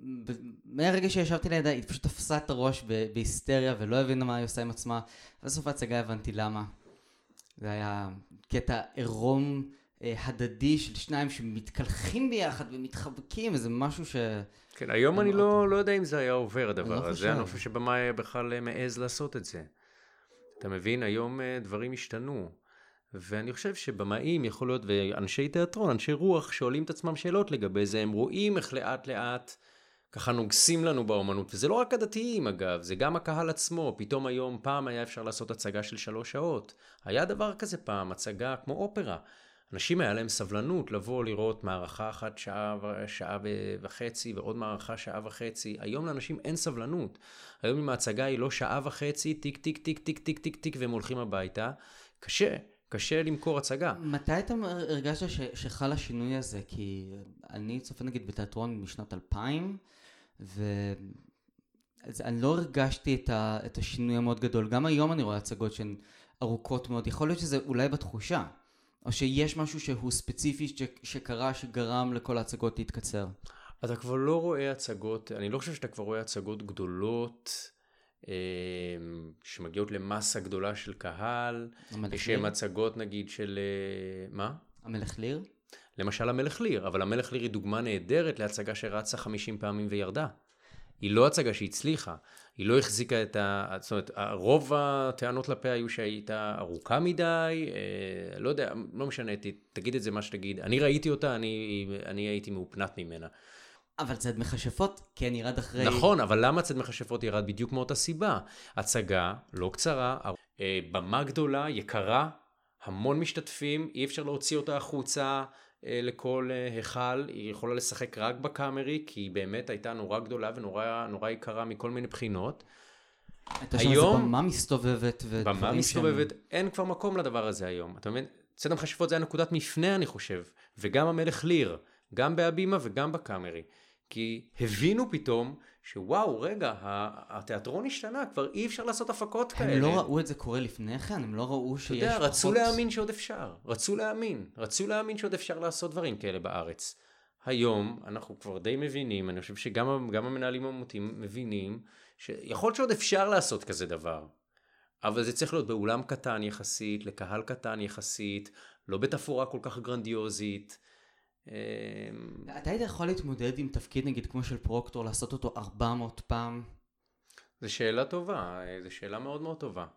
מהרגע שישבתי לידה, היא פשוט תפסה את הראש בהיסטריה, ולא הבינה מה היא עושה עם עצמה. בסוף ההצגה הבנתי למה. זה היה קטע עירום הדדי של שניים שמתקלחים ביחד ומתחבקים, וזה משהו ש... כן, היום אני לא, לא יודע אם זה היה עובר הדבר הזה, אני חושב שבמה בכלל מעז לעשות את זה. אתה מבין, היום דברים השתנו, ואני חושב שבמאים יכול להיות, ואנשי תיאטרון, אנשי רוח, שואלים את עצמם שאלות לגבי זה, הם רואים איך לאט לאט ככה נוגסים לנו באומנות, וזה לא רק הדתיים אגב, זה גם הקהל עצמו, פתאום היום פעם היה אפשר לעשות הצגה של שלוש שעות, היה דבר כזה פעם, הצגה כמו אופרה, אנשים היה להם סבלנות לבוא לראות מערכה אחת שעה, שעה וחצי ועוד מערכה שעה וחצי. היום לאנשים אין סבלנות. היום אם ההצגה היא לא שעה וחצי, טיק טיק טיק טיק טיק טיק טיק והם הולכים הביתה. קשה, קשה למכור הצגה. מתי אתה הרגשת ש, שחל השינוי הזה? כי אני צופה נגיד בתיאטרון משנת אלפיים, ואני לא הרגשתי את, ה, את השינוי המאוד גדול. גם היום אני רואה הצגות שהן ארוכות מאוד. יכול להיות שזה אולי בתחושה. או שיש משהו שהוא ספציפי שקרה, שגרם לכל ההצגות להתקצר? אתה כבר לא רואה הצגות, אני לא חושב שאתה כבר רואה הצגות גדולות, שמגיעות למסה גדולה של קהל, שהן הצגות נגיד של... מה? המלך ליר? למשל המלך ליר, אבל המלך ליר היא דוגמה נהדרת להצגה שרצה חמישים פעמים וירדה. היא לא הצגה שהצליחה, היא לא החזיקה את ה... זאת אומרת, רוב הטענות לפה היו שהייתה ארוכה מדי, אה, לא יודע, לא משנה, תגיד את זה מה שתגיד. אני ראיתי אותה, אני, אני הייתי מאופנת ממנה. אבל צד מכשפות כן ירד אחרי... נכון, אבל למה צד מכשפות ירד? בדיוק מאותה סיבה. הצגה לא קצרה, אה, במה גדולה, יקרה, המון משתתפים, אי אפשר להוציא אותה החוצה, לכל היכל, היא יכולה לשחק רק בקאמרי, כי היא באמת הייתה נורא גדולה ונורא נורא יקרה מכל מיני בחינות. הייתה שם איזו במה מסתובבת ודברים במה מסתובבת, שם... אין כבר מקום לדבר הזה היום. אתה מבין? צד המכשפות זה היה נקודת מפנה, אני חושב, וגם המלך ליר, גם בהבימה וגם בקאמרי. כי הבינו פתאום שוואו, רגע, התיאטרון השתנה, כבר אי אפשר לעשות הפקות כאלה. הם לא ראו את זה קורה לפני כן, הם לא ראו שיש פחות... אתה יודע, רצו להאמין שעוד אפשר, רצו להאמין, רצו להאמין שעוד אפשר לעשות דברים כאלה בארץ. היום אנחנו כבר די מבינים, אני חושב שגם גם המנהלים המוטים מבינים, שיכול שעוד אפשר לעשות כזה דבר, אבל זה צריך להיות באולם קטן יחסית, לקהל קטן יחסית, לא בתפאורה כל כך גרנדיוזית, אתה היית יכול להתמודד עם תפקיד נגיד כמו של פרוקטור, לעשות אותו ארבע מאות פעם? זו שאלה טובה, זו שאלה מאוד מאוד טובה.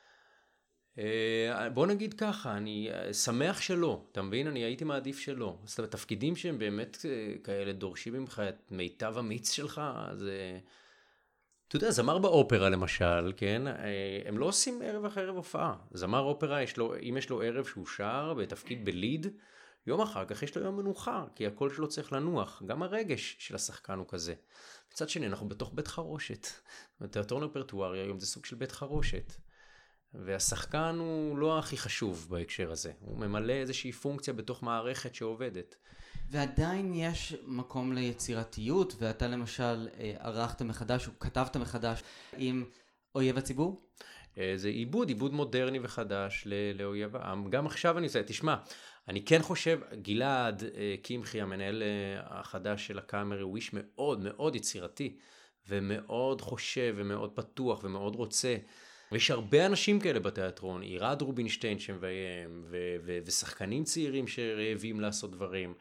בוא נגיד ככה, אני שמח שלא, אתה מבין? אני הייתי מעדיף שלא. זאת אומרת, תפקידים שהם באמת כאלה דורשים ממך את מיטב המיץ שלך, אז... אתה יודע, זמר באופרה למשל, כן? הם לא עושים ערב אחרי ערב הופעה. זמר אופרה, יש לו, אם יש לו ערב שהוא שר בתפקיד בליד, יום אחר כך יש לו יום מנוחה, כי הקול שלו צריך לנוח. גם הרגש של השחקן הוא כזה. מצד שני, אנחנו בתוך בית חרושת. תיאטרון רפרטוארי היום זה סוג של בית חרושת. והשחקן הוא לא הכי חשוב בהקשר הזה. הוא ממלא איזושהי פונקציה בתוך מערכת שעובדת. ועדיין יש מקום ליצירתיות, ואתה למשל ערכת מחדש, או כתבת מחדש עם אויב הציבור? זה עיבוד, עיבוד מודרני וחדש לאויב העם. גם עכשיו אני עושה, תשמע, אני כן חושב, גלעד קמחי, המנהל החדש של הקאמרי, הוא איש מאוד מאוד יצירתי, ומאוד חושב, ומאוד פתוח, ומאוד רוצה. ויש הרבה אנשים כאלה בתיאטרון, עירד רובינשטיין שמביים, ו- ו- ושחקנים צעירים שרעבים לעשות דברים.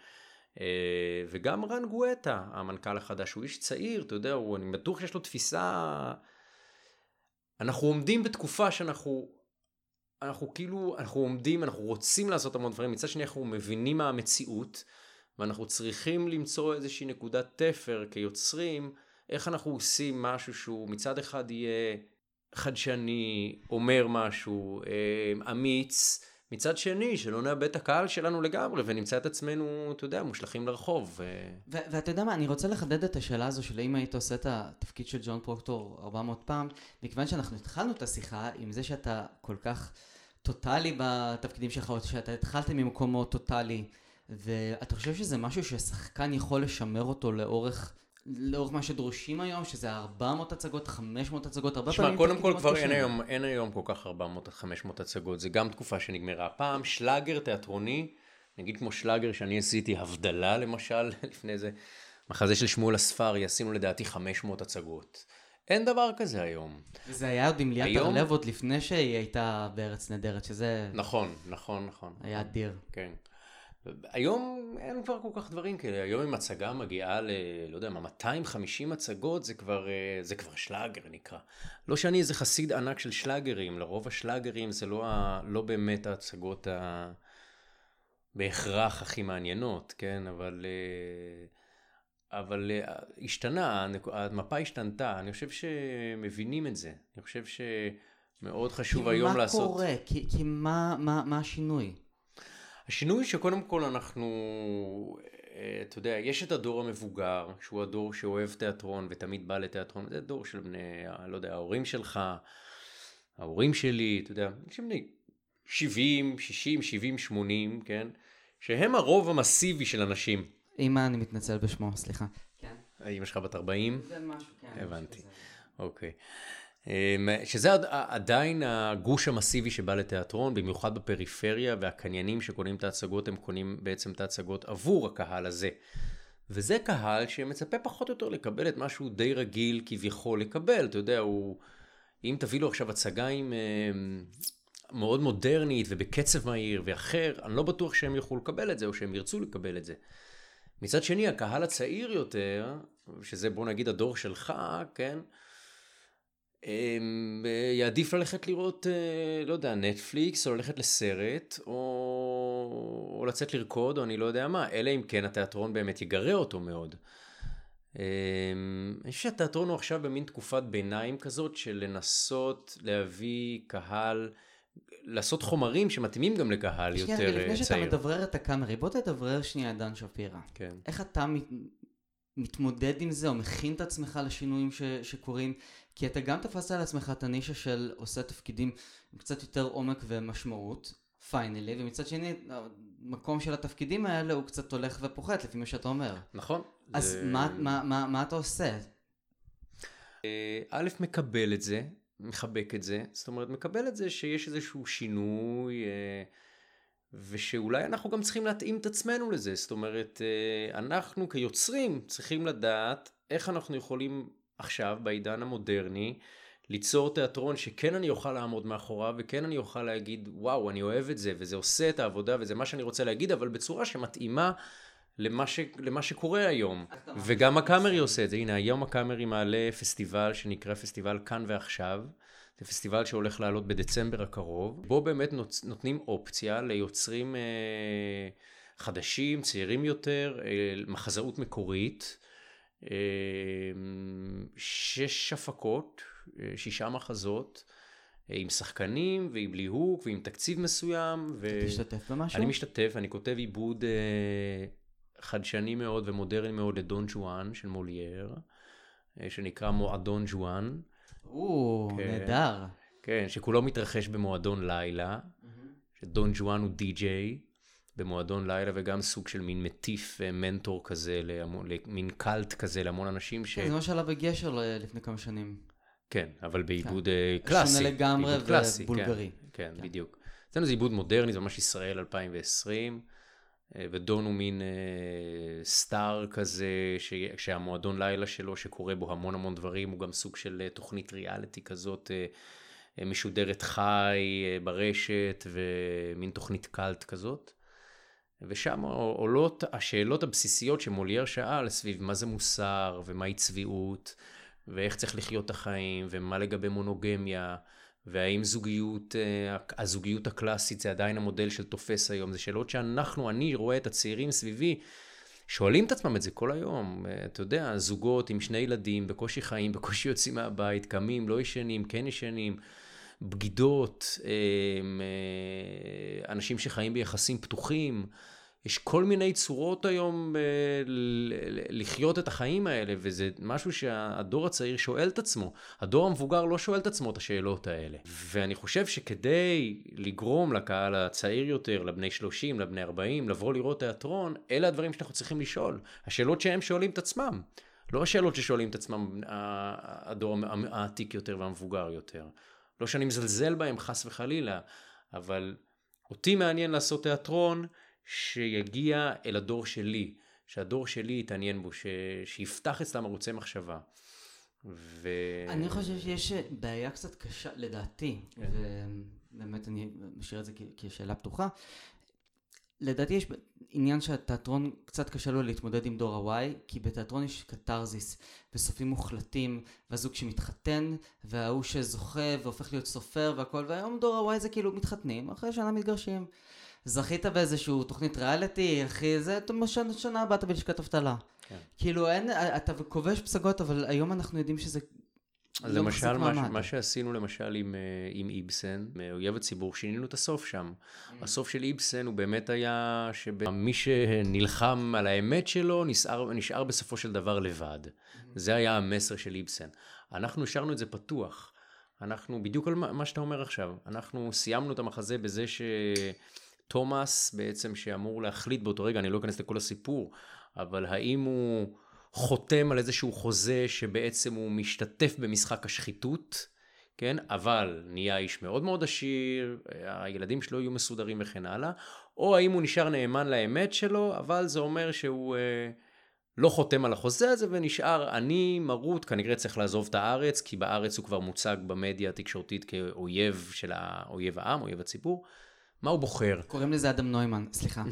וגם רן גואטה, המנכ"ל החדש, הוא איש צעיר, אתה יודע, הוא, אני בטוח שיש לו תפיסה... אנחנו עומדים בתקופה שאנחנו, אנחנו כאילו, אנחנו עומדים, אנחנו רוצים לעשות המון דברים, מצד שני אנחנו מבינים מה המציאות, ואנחנו צריכים למצוא איזושהי נקודת תפר כיוצרים, איך אנחנו עושים משהו שהוא מצד אחד יהיה חדשני, אומר משהו, אמיץ, מצד שני שלא נאבד את הקהל שלנו לגמרי, ונמצא את עצמנו, אתה יודע, מושלכים לרחוב. ו- ואתה יודע מה, אני רוצה לחדד את השאלה הזו של אם היית עושה את התפקיד של ג'ון פרוקטור ארבע מאות פעם, מכיוון שאנחנו התחלנו את השיחה עם זה שאתה כל כך טוטלי בתפקידים שלך, או שאתה התחלת ממקום מאוד טוטלי, ואתה חושב שזה משהו ששחקן יכול לשמר אותו לאורך... לאורך מה שדרושים היום, שזה ארבע מאות הצגות, חמש מאות הצגות, הרבה פעמים... קודם כל כבר אין היום, אין היום כל כך ארבע מאות עד חמש מאות הצגות, זה גם תקופה שנגמרה. פעם שלאגר תיאטרוני, נגיד כמו שלאגר שאני עשיתי הבדלה למשל, לפני זה, מחזה של שמואל הספרי, עשינו לדעתי חמש מאות הצגות. אין דבר כזה היום. וזה היה עוד עם ליאת היום... הרלב עוד לפני שהיא הייתה בארץ נהדרת, שזה... נכון, נכון, נכון. היה אדיר. כן. היום אין כבר כל כך דברים כאלה. היום אם הצגה מגיעה ל... לא יודע מה, מאתיים וחמישים הצגות, זה כבר, זה כבר שלאגר נקרא. לא שאני איזה חסיד ענק של שלאגרים, לרוב השלאגרים זה לא, ה... לא באמת ההצגות ה... בהכרח הכי מעניינות, כן? אבל... אבל השתנה, המפה השתנתה, אני חושב שמבינים את זה. אני חושב שמאוד חשוב היום מה לעשות... מה קורה? כי, כי מה, מה, מה השינוי? השינוי שקודם כל אנחנו, אתה יודע, יש את הדור המבוגר, שהוא הדור שאוהב תיאטרון ותמיד בא לתיאטרון, זה דור של בני, לא יודע, ההורים שלך, ההורים שלי, אתה יודע, שבני שבעים, שישים, שבעים, שמונים, כן? שהם הרוב המסיבי של אנשים. אמא, אני מתנצל בשמו, סליחה. כן. אמא שלך בת ארבעים? זה משהו, כן. הבנתי. אוקיי. שזה עדיין הגוש המסיבי שבא לתיאטרון, במיוחד בפריפריה, והקניינים שקונים את ההצגות, הם קונים בעצם את ההצגות עבור הקהל הזה. וזה קהל שמצפה פחות או יותר לקבל את משהו די רגיל כביכול לקבל. אתה יודע, הוא, אם תביא לו עכשיו הצגה עם מאוד מודרנית ובקצב מהיר ואחר, אני לא בטוח שהם יוכלו לקבל את זה או שהם ירצו לקבל את זה. מצד שני, הקהל הצעיר יותר, שזה בוא נגיד הדור שלך, כן? יעדיף ללכת לראות, לא יודע, נטפליקס, או ללכת לסרט, או, או לצאת לרקוד, או אני לא יודע מה, אלא אם כן התיאטרון באמת יגרה אותו מאוד. אני חושב שהתיאטרון הוא עכשיו במין תקופת ביניים כזאת, של לנסות להביא קהל, לעשות חומרים שמתאימים גם לקהל יותר צעיר. לפני שאתה מדברר את הקאמרי, בוא תדברר שנייה דן שפירא. כן. איך אתה מת, מתמודד עם זה, או מכין את עצמך לשינויים ש, שקורים? כי אתה גם תפסת על עצמך את הנישה של עושה תפקידים עם קצת יותר עומק ומשמעות, פיינלי, ומצד שני, המקום של התפקידים האלה הוא קצת הולך ופוחת, לפי מה שאתה אומר. נכון. אז זה... מה, מה, מה, מה אתה עושה? א', מקבל את זה, מחבק את זה, זאת אומרת, מקבל את זה שיש איזשהו שינוי, ושאולי אנחנו גם צריכים להתאים את עצמנו לזה, זאת אומרת, אנחנו כיוצרים צריכים לדעת איך אנחנו יכולים עכשיו, בעידן המודרני, ליצור תיאטרון שכן אני אוכל לעמוד מאחוריו, וכן אני אוכל להגיד, וואו, אני אוהב את זה, וזה עושה את העבודה, וזה מה שאני רוצה להגיד, אבל בצורה שמתאימה למה, ש... למה שקורה היום. וגם הקאמרי עושה את זה. הנה, היום הקאמרי מעלה פסטיבל שנקרא פסטיבל כאן ועכשיו. זה פסטיבל שהולך לעלות בדצמבר הקרוב. בו באמת נותנים אופציה ליוצרים אה, חדשים, צעירים יותר, אה, מחזאות מקורית, אה, שש הפקות, אה, שישה מחזות, אה, עם שחקנים ועם ליהוק ועם תקציב מסוים. ו... אתה תשתתף במשהו? אני משתתף, אני כותב עיבוד אה, חדשני מאוד ומודרני מאוד לדון ג'ואן של מולייר, אה, שנקרא מועדון ג'ואן. או, נהדר. כן, שכולו מתרחש במועדון לילה, שדון ג'ואן הוא די-ג'יי במועדון לילה, וגם סוג של מין מטיף מנטור כזה, מין קלט כזה להמון אנשים ש... זה מה שעלה בגשר לפני כמה שנים. כן, אבל בעיבוד קלאסי. שונה לגמרי ובולגרי. כן, בדיוק. אצלנו זה עיבוד מודרני, זה ממש ישראל אלפיים ועשרים, ודון הוא מין סטאר כזה, שהמועדון לילה שלו שקורה בו המון המון דברים, הוא גם סוג של תוכנית ריאליטי כזאת, משודרת חי ברשת, ומין תוכנית קלט כזאת. ושם עולות השאלות הבסיסיות שמולייר שאל סביב מה זה מוסר, ומהי צביעות, ואיך צריך לחיות את החיים, ומה לגבי מונוגמיה, והאם זוגיות, הזוגיות הקלאסית זה עדיין המודל של תופס היום. זה שאלות שאנחנו, אני רואה את הצעירים סביבי, שואלים את עצמם את זה כל היום. אתה יודע, זוגות עם שני ילדים, בקושי חיים, בקושי יוצאים מהבית, קמים, לא ישנים, כן ישנים, בגידות, אנשים שחיים ביחסים פתוחים. יש כל מיני צורות היום לחיות את החיים האלה, וזה משהו שהדור הצעיר שואל את עצמו. הדור המבוגר לא שואל את עצמו את השאלות האלה. ואני חושב שכדי לגרום לקהל הצעיר יותר, לבני שלושים, לבני ארבעים, לבוא לראות תיאטרון, אלה הדברים שאנחנו צריכים לשאול. השאלות שהם שואלים את עצמם. לא השאלות ששואלים את עצמם הדור העתיק יותר והמבוגר יותר. לא שאני מזלזל בהם חס וחלילה, אבל אותי מעניין לעשות תיאטרון שיגיע אל הדור שלי, שהדור שלי יתעניין בו, ש... שיפתח אצלם ערוצי מחשבה. ו... אני חושב שיש בעיה קצת קשה, לדעתי, כן. ובאמת אני משאיר את זה כשאלה פתוחה, לדעתי יש עניין שהתיאטרון קצת קשה לו להתמודד עם דור ה-Y, כי בתיאטרון יש קטרזיס וסופים מוחלטים, והזוג שמתחתן, וההוא שזוכה והופך להיות סופר והכל, והיום דור ה-Y זה כאילו מתחתנים, אחרי שנה מתגרשים. זכית באיזשהו תוכנית ריאליטי, אחי, זה שנה, שנה באת בלשכת אבטלה. כן. כאילו אין, אתה כובש פסגות, אבל היום אנחנו יודעים שזה אז לא למשל, מה, מה שעשינו למשל עם, עם איבסן, מאויב הציבור, שינינו את הסוף שם. Mm. הסוף של איבסן הוא באמת היה שמי שנלחם על האמת שלו נשאר, נשאר בסופו של דבר לבד. Mm. זה היה המסר של איבסן. אנחנו השארנו את זה פתוח. אנחנו, בדיוק על מה, מה שאתה אומר עכשיו, אנחנו סיימנו את המחזה בזה שתומאס בעצם שאמור להחליט באותו רגע, אני לא אכנס לכל הסיפור, אבל האם הוא חותם על איזשהו חוזה שבעצם הוא משתתף במשחק השחיתות, כן? אבל נהיה איש מאוד מאוד עשיר, הילדים שלו יהיו מסודרים וכן הלאה, או האם הוא נשאר נאמן לאמת שלו, אבל זה אומר שהוא אה, לא חותם על החוזה הזה ונשאר אני מרות, כנראה צריך לעזוב את הארץ, כי בארץ הוא כבר מוצג במדיה התקשורתית כאויב של האויב העם, אויב הציבור. מה הוא בוחר? קוראים לזה אדם נוימן, סליחה.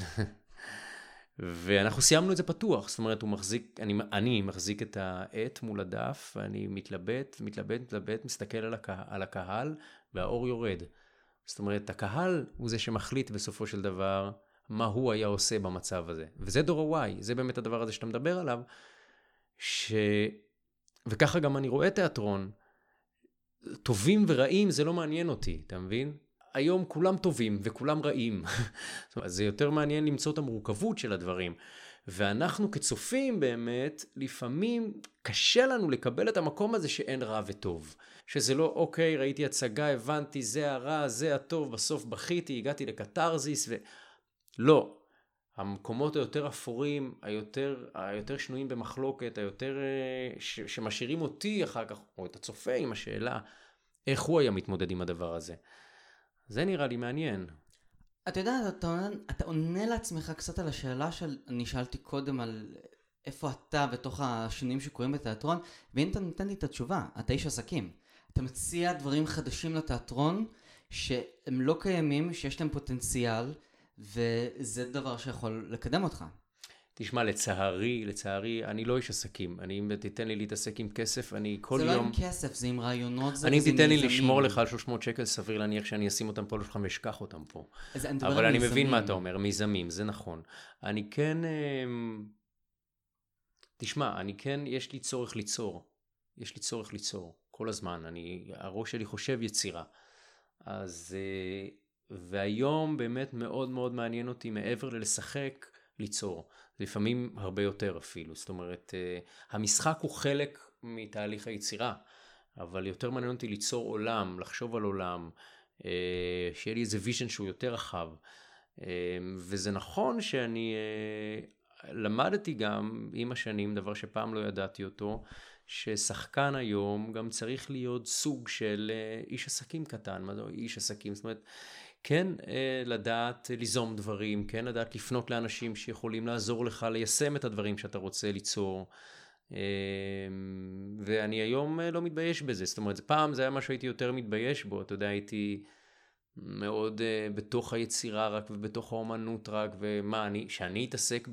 ואנחנו סיימנו את זה פתוח, זאת אומרת, הוא מחזיק, אני, אני מחזיק את העט מול הדף, ואני מתלבט, מתלבט, מתלבט, מסתכל על הקהל, על הקהל, והאור יורד. זאת אומרת, הקהל הוא זה שמחליט בסופו של דבר, מה הוא היה עושה במצב הזה. וזה דור ה-Y, זה באמת הדבר הזה שאתה מדבר עליו, ש... וככה גם אני רואה תיאטרון, טובים ורעים זה לא מעניין אותי, אתה מבין? היום כולם טובים וכולם רעים. אז זה יותר מעניין למצוא את המורכבות של הדברים. ואנחנו כצופים באמת, לפעמים קשה לנו לקבל את המקום הזה שאין רע וטוב. שזה לא, אוקיי, ראיתי הצגה, הבנתי, זה הרע, זה הטוב, בסוף בכיתי, הגעתי לקטרזיס ו... לא. המקומות היותר אפורים, היותר, היותר שנויים במחלוקת, היותר ש... שמשאירים אותי אחר כך, או את הצופה עם השאלה, איך הוא היה מתמודד עם הדבר הזה. זה נראה לי מעניין. אתה יודע, אתה עונה, אתה עונה לעצמך קצת על השאלה שאני שאלתי קודם על איפה אתה בתוך השינויים שקורים בתיאטרון, והנה אתה נותן לי את התשובה, אתה איש עסקים. אתה מציע דברים חדשים לתיאטרון שהם לא קיימים, שיש להם פוטנציאל, וזה דבר שיכול לקדם אותך. תשמע, לצערי, לצערי, אני לא איש עסקים. אני, אם תיתן לי להתעסק עם כסף, אני כל זה יום... זה לא עם כסף, זה עם רעיונות, זה אני אם תיתן לי לשמור לך על שלוש מאות שקל, סביר להניח שאני אשים אותם פה לשולחן ואשכח אותם פה. אני אבל אני מבין מה אתה אומר, מיזמים, זה נכון. אני כן... תשמע, אני כן, יש לי צורך ליצור. יש לי צורך ליצור, כל הזמן. אני, הראש שלי חושב יצירה. אז... והיום באמת מאוד מאוד מעניין אותי, מעבר ללשחק, ליצור. לפעמים הרבה יותר אפילו. זאת אומרת, המשחק הוא חלק מתהליך היצירה, אבל יותר מעניין אותי ליצור עולם, לחשוב על עולם, שיהיה לי איזה ויז'ן שהוא יותר רחב. וזה נכון שאני למדתי גם עם השנים, דבר שפעם לא ידעתי אותו, ששחקן היום גם צריך להיות סוג של איש עסקים קטן. מה זה איש עסקים? זאת אומרת, כן לדעת ליזום דברים, כן לדעת לפנות לאנשים שיכולים לעזור לך ליישם את הדברים שאתה רוצה ליצור. ואני היום לא מתבייש בזה. זאת אומרת, פעם זה היה משהו שהייתי יותר מתבייש בו. אתה יודע, הייתי מאוד בתוך היצירה רק ובתוך האומנות רק, ומה, אני, שאני אתעסק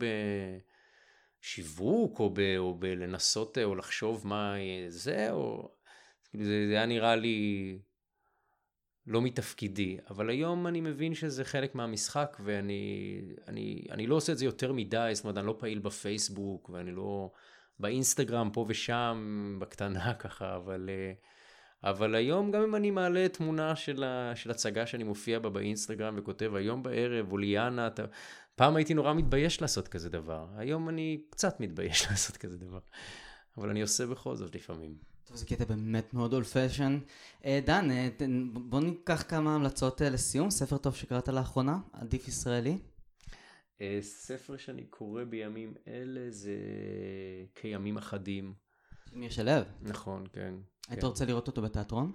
בשיווק או, ב, או בלנסות או לחשוב מה זה, או... זה, זה היה נראה לי... לא מתפקידי, אבל היום אני מבין שזה חלק מהמשחק, ואני אני, אני לא עושה את זה יותר מדי, זאת אומרת, אני לא פעיל בפייסבוק, ואני לא באינסטגרם פה ושם, בקטנה ככה, אבל, אבל היום גם אם אני מעלה תמונה של, ה, של הצגה שאני מופיע בה באינסטגרם, וכותב היום בערב, אוליאנה, אתה... פעם הייתי נורא מתבייש לעשות כזה דבר, היום אני קצת מתבייש לעשות כזה דבר, אבל אני עושה בכל זאת לפעמים. טוב, זה קטע באמת מאוד אול פשן. דן, בוא ניקח כמה המלצות לסיום. ספר טוב שקראת לאחרונה, עדיף ישראלי? ספר שאני קורא בימים אלה זה כימים אחדים. מיר שלו? נכון, כן. היית רוצה לראות אותו בתיאטרון?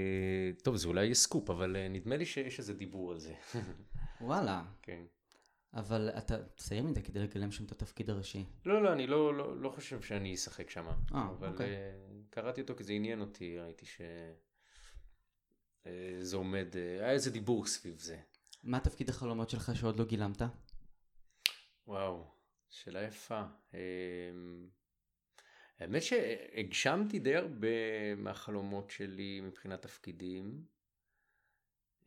טוב, זה אולי יהיה סקופ, אבל נדמה לי שיש איזה דיבור על זה. וואלה. כן. אבל אתה צעיר מדי כדי לגלם שם את התפקיד הראשי. לא, לא, אני לא, לא, לא חושב שאני אשחק שם. אה, אבל אוקיי. uh, קראתי אותו כי זה עניין אותי, ראיתי שזה uh, עומד, uh, היה איזה דיבור סביב זה. מה תפקיד החלומות שלך שעוד לא גילמת? וואו, שאלה יפה. Uh, האמת שהגשמתי די הרבה מהחלומות שלי מבחינת תפקידים. Uh,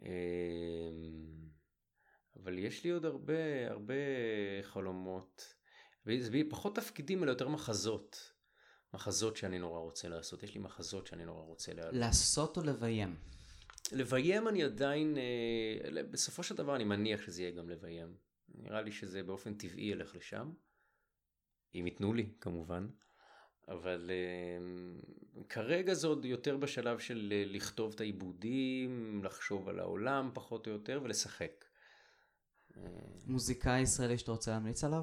אבל יש לי עוד הרבה, הרבה חלומות. וזה פחות תפקידים, אלא יותר מחזות. מחזות שאני נורא רוצה לעשות. יש לי מחזות שאני נורא רוצה לעשות. לעשות או לביים? לביים אני עדיין, בסופו של דבר אני מניח שזה יהיה גם לביים. נראה לי שזה באופן טבעי ילך לשם. אם ייתנו לי, כמובן. אבל כרגע זה עוד יותר בשלב של לכתוב את העיבודים, לחשוב על העולם פחות או יותר ולשחק. מוזיקאי ישראלי שאתה רוצה להמליץ עליו?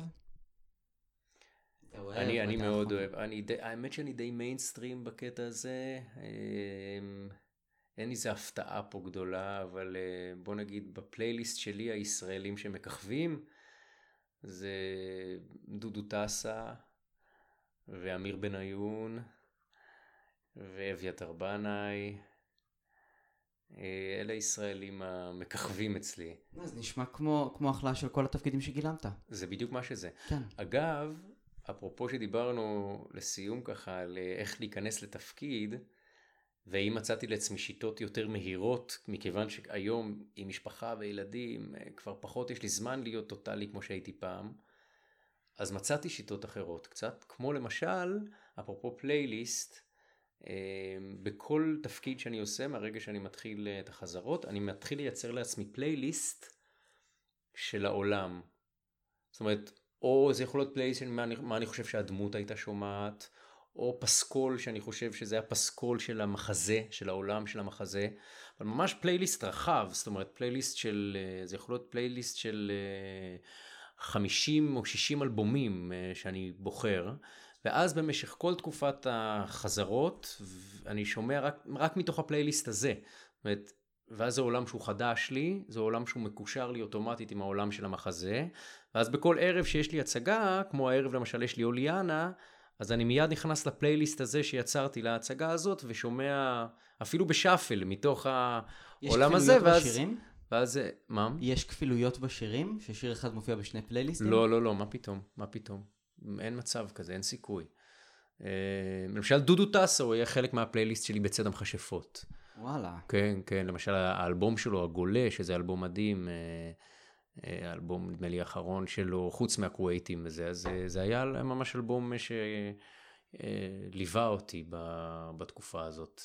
אני, אני מאוד אוהב, אני די, האמת שאני די מיינסטרים בקטע הזה, אין איזה הפתעה פה גדולה, אבל בוא נגיד בפלייליסט שלי הישראלים שמככבים, זה דודו טסה ואמיר בניון ואביתר בנאי, אלה הישראלים המככבים אצלי. זה נשמע כמו, כמו החלאה של כל התפקידים שגילמת. זה בדיוק מה שזה. כן. אגב, אפרופו שדיברנו לסיום ככה על איך להיכנס לתפקיד, ואם מצאתי לעצמי שיטות יותר מהירות, מכיוון שהיום עם משפחה וילדים כבר פחות יש לי זמן להיות טוטלי כמו שהייתי פעם, אז מצאתי שיטות אחרות קצת, כמו למשל, אפרופו פלייליסט, בכל תפקיד שאני עושה, מהרגע שאני מתחיל את החזרות, אני מתחיל לייצר לעצמי פלייליסט של העולם. זאת אומרת, או זה יכול להיות פלייליסט של מה אני, מה אני חושב שהדמות הייתה שומעת, או פסקול שאני חושב שזה הפסקול של המחזה, של העולם של המחזה, אבל ממש פלייליסט רחב, זאת אומרת פלייליסט של, זה יכול להיות פלייליסט של חמישים או שישים אלבומים שאני בוחר, ואז במשך כל תקופת החזרות, אני שומע רק, רק מתוך הפלייליסט הזה. זאת אומרת, ואז זה עולם שהוא חדש לי, זה עולם שהוא מקושר לי אוטומטית עם העולם של המחזה, ואז בכל ערב שיש לי הצגה, כמו הערב למשל יש לי אוליאנה, אז אני מיד נכנס לפלייליסט הזה שיצרתי להצגה הזאת, ושומע אפילו בשאפל מתוך העולם הזה. יש כפילויות בשירים? ואז, מה? יש כפילויות בשירים? ששיר אחד מופיע בשני פלייליסטים? לא, לא, לא, מה פתאום? מה פתאום? אין מצב כזה, אין סיכוי. למשל דודו טסה, הוא יהיה חלק מהפלייליסט שלי בצד המכשפות. וואלה. כן, כן, למשל האלבום שלו, הגולה, שזה אלבום מדהים, האלבום נדמה לי האחרון שלו, חוץ מהקווייטים וזה, אז זה היה ממש אלבום שליווה אותי בתקופה הזאת.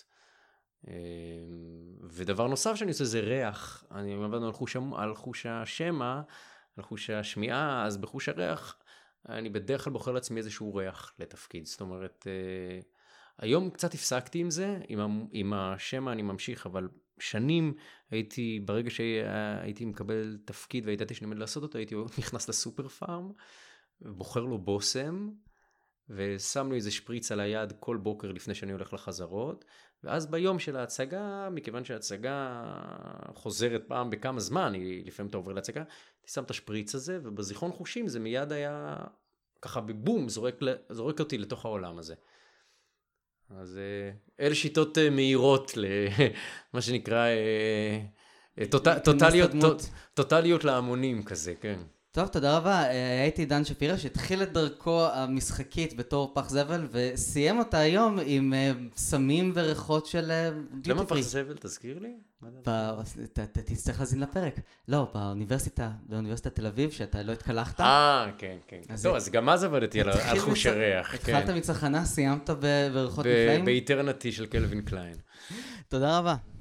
ודבר נוסף שאני עושה זה ריח, אני עבדנו על חוש, על חוש השמע, על חוש השמיעה, אז בחוש הריח, אני בדרך כלל בוחר לעצמי איזשהו ריח לתפקיד, זאת אומרת, היום קצת הפסקתי עם זה, עם, עם השמע אני ממשיך, אבל שנים הייתי, ברגע שהייתי מקבל תפקיד והייתי שאני עומד לעשות אותו, הייתי נכנס לסופר פארם, בוחר לו בוסם, ושם לו איזה שפריץ על היד כל בוקר לפני שאני הולך לחזרות, ואז ביום של ההצגה, מכיוון שההצגה חוזרת פעם בכמה זמן, לפעמים אתה עובר להצגה, אני שם את השפריץ הזה, ובזיכרון חושים זה מיד היה ככה בבום, זורק, זורק אותי לתוך העולם הזה. אז אלה שיטות מהירות למה שנקרא טוטליות להמונים כזה, כן. טוב, תודה רבה. הייתי דן שפירא שהתחיל את דרכו המשחקית בתור פח זבל וסיים אותה היום עם סמים וריחות של דיוטי למה פרי. פח זבל? תזכיר לי? תצטרך להזין לפרק. לא, באוניברסיטה, באוניברסיטת תל אביב, שאתה לא התקלחת. אה, כן, כן. טוב, אז גם אז עבדתי על חוש הריח. התחלת מצחנה, סיימת בריחות נפלאים. באיטרנטי של קלווין קליין. תודה רבה.